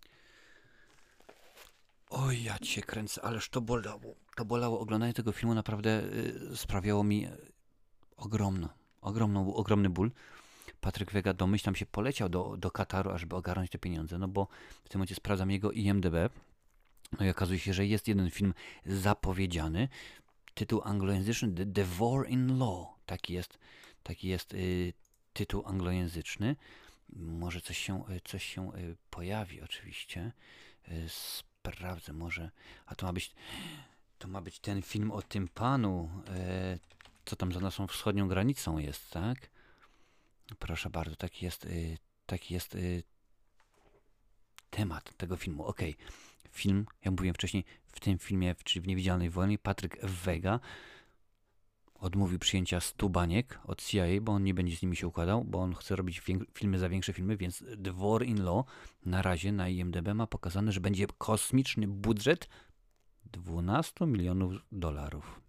Oj, ja cię kręcę, ależ to bolało. To bolało. Oglądanie tego filmu naprawdę y, sprawiało mi ogromno, ogromną, ogromny ból. Patryk Wega, domyślam się, poleciał do, do Kataru, ażeby ogarnąć te pieniądze, no bo w tym momencie sprawdzam jego I M D B. No i okazuje się, że jest jeden film zapowiedziany. Tytuł anglojęzyczny The, The War in Law. Taki jest, taki jest y, tytuł anglojęzyczny. Może coś się, coś się y, pojawi oczywiście. Y, sprawdzę może. A to ma być, to ma być ten film o tym panu, y, co tam za naszą wschodnią granicą jest, tak? Proszę bardzo, taki jest, y, taki jest y, temat tego filmu. Okej. Okay. Film, jak mówiłem wcześniej, w tym filmie, czyli w Niewidzialnej Wojnie, Patryk Wega odmówił przyjęcia stu baniek od C I A, bo on nie będzie z nimi się układał, bo on chce robić filmy za większe filmy, więc The War in Law na razie na I M D B ma pokazane, że będzie kosmiczny budżet dwanaście milionów dolarów.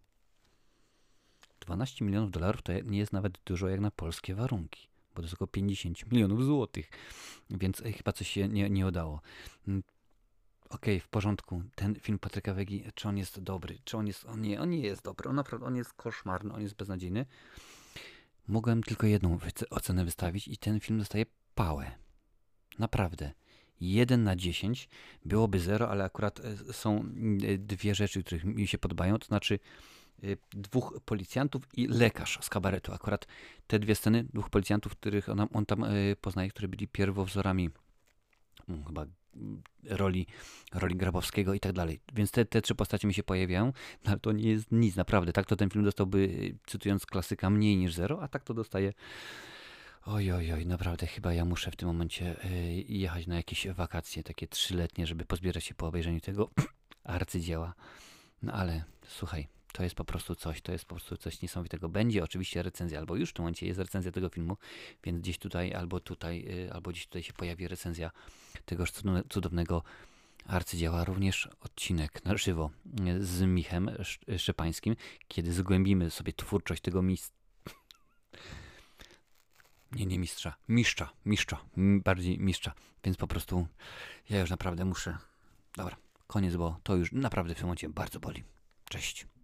dwanaście milionów dolarów to nie jest nawet dużo jak na polskie warunki, bo to jest około pięćdziesiąt milionów złotych, więc chyba coś się nie, nie udało. Okej, okay, w porządku. Ten film Patryka Wegi, czy on jest dobry? Czy on jest... On nie, on nie jest dobry. On naprawdę, on jest koszmarny, on jest beznadziejny. Mogłem tylko jedną ocenę wystawić i ten film dostaje pałę. Naprawdę. jeden na dziesięć. Byłoby zero, ale akurat są dwie rzeczy, których mi się podobają. To znaczy dwóch policjantów i lekarz z kabaretu. Akurat te dwie sceny, dwóch policjantów, których on, on tam poznaje, które byli pierwowzorami chyba roli, roli Grabowskiego i tak dalej. Więc te, te trzy postacie mi się pojawiają, no ale to nie jest nic, naprawdę. Tak to ten film dostałby, cytując klasyka, mniej niż zero, a tak to dostaje oj, oj, oj, naprawdę chyba ja muszę w tym momencie y, jechać na jakieś wakacje, takie trzyletnie, żeby pozbierać się po obejrzeniu tego arcydzieła. No ale słuchaj, to jest po prostu coś, to jest po prostu coś niesamowitego. Będzie oczywiście recenzja, albo już w tym momencie jest recenzja tego filmu, więc gdzieś tutaj, albo tutaj, yy, albo gdzieś tutaj się pojawi recenzja tegoż cudownego arcydzieła. Również odcinek na żywo z Michem Szczepańskim, kiedy zgłębimy sobie twórczość tego mistrza. Nie, nie mistrza, mistrza, mistrza, bardziej mistrza. Więc po prostu ja już naprawdę muszę. Dobra, koniec, bo to już naprawdę w tym momencie bardzo boli. Cześć.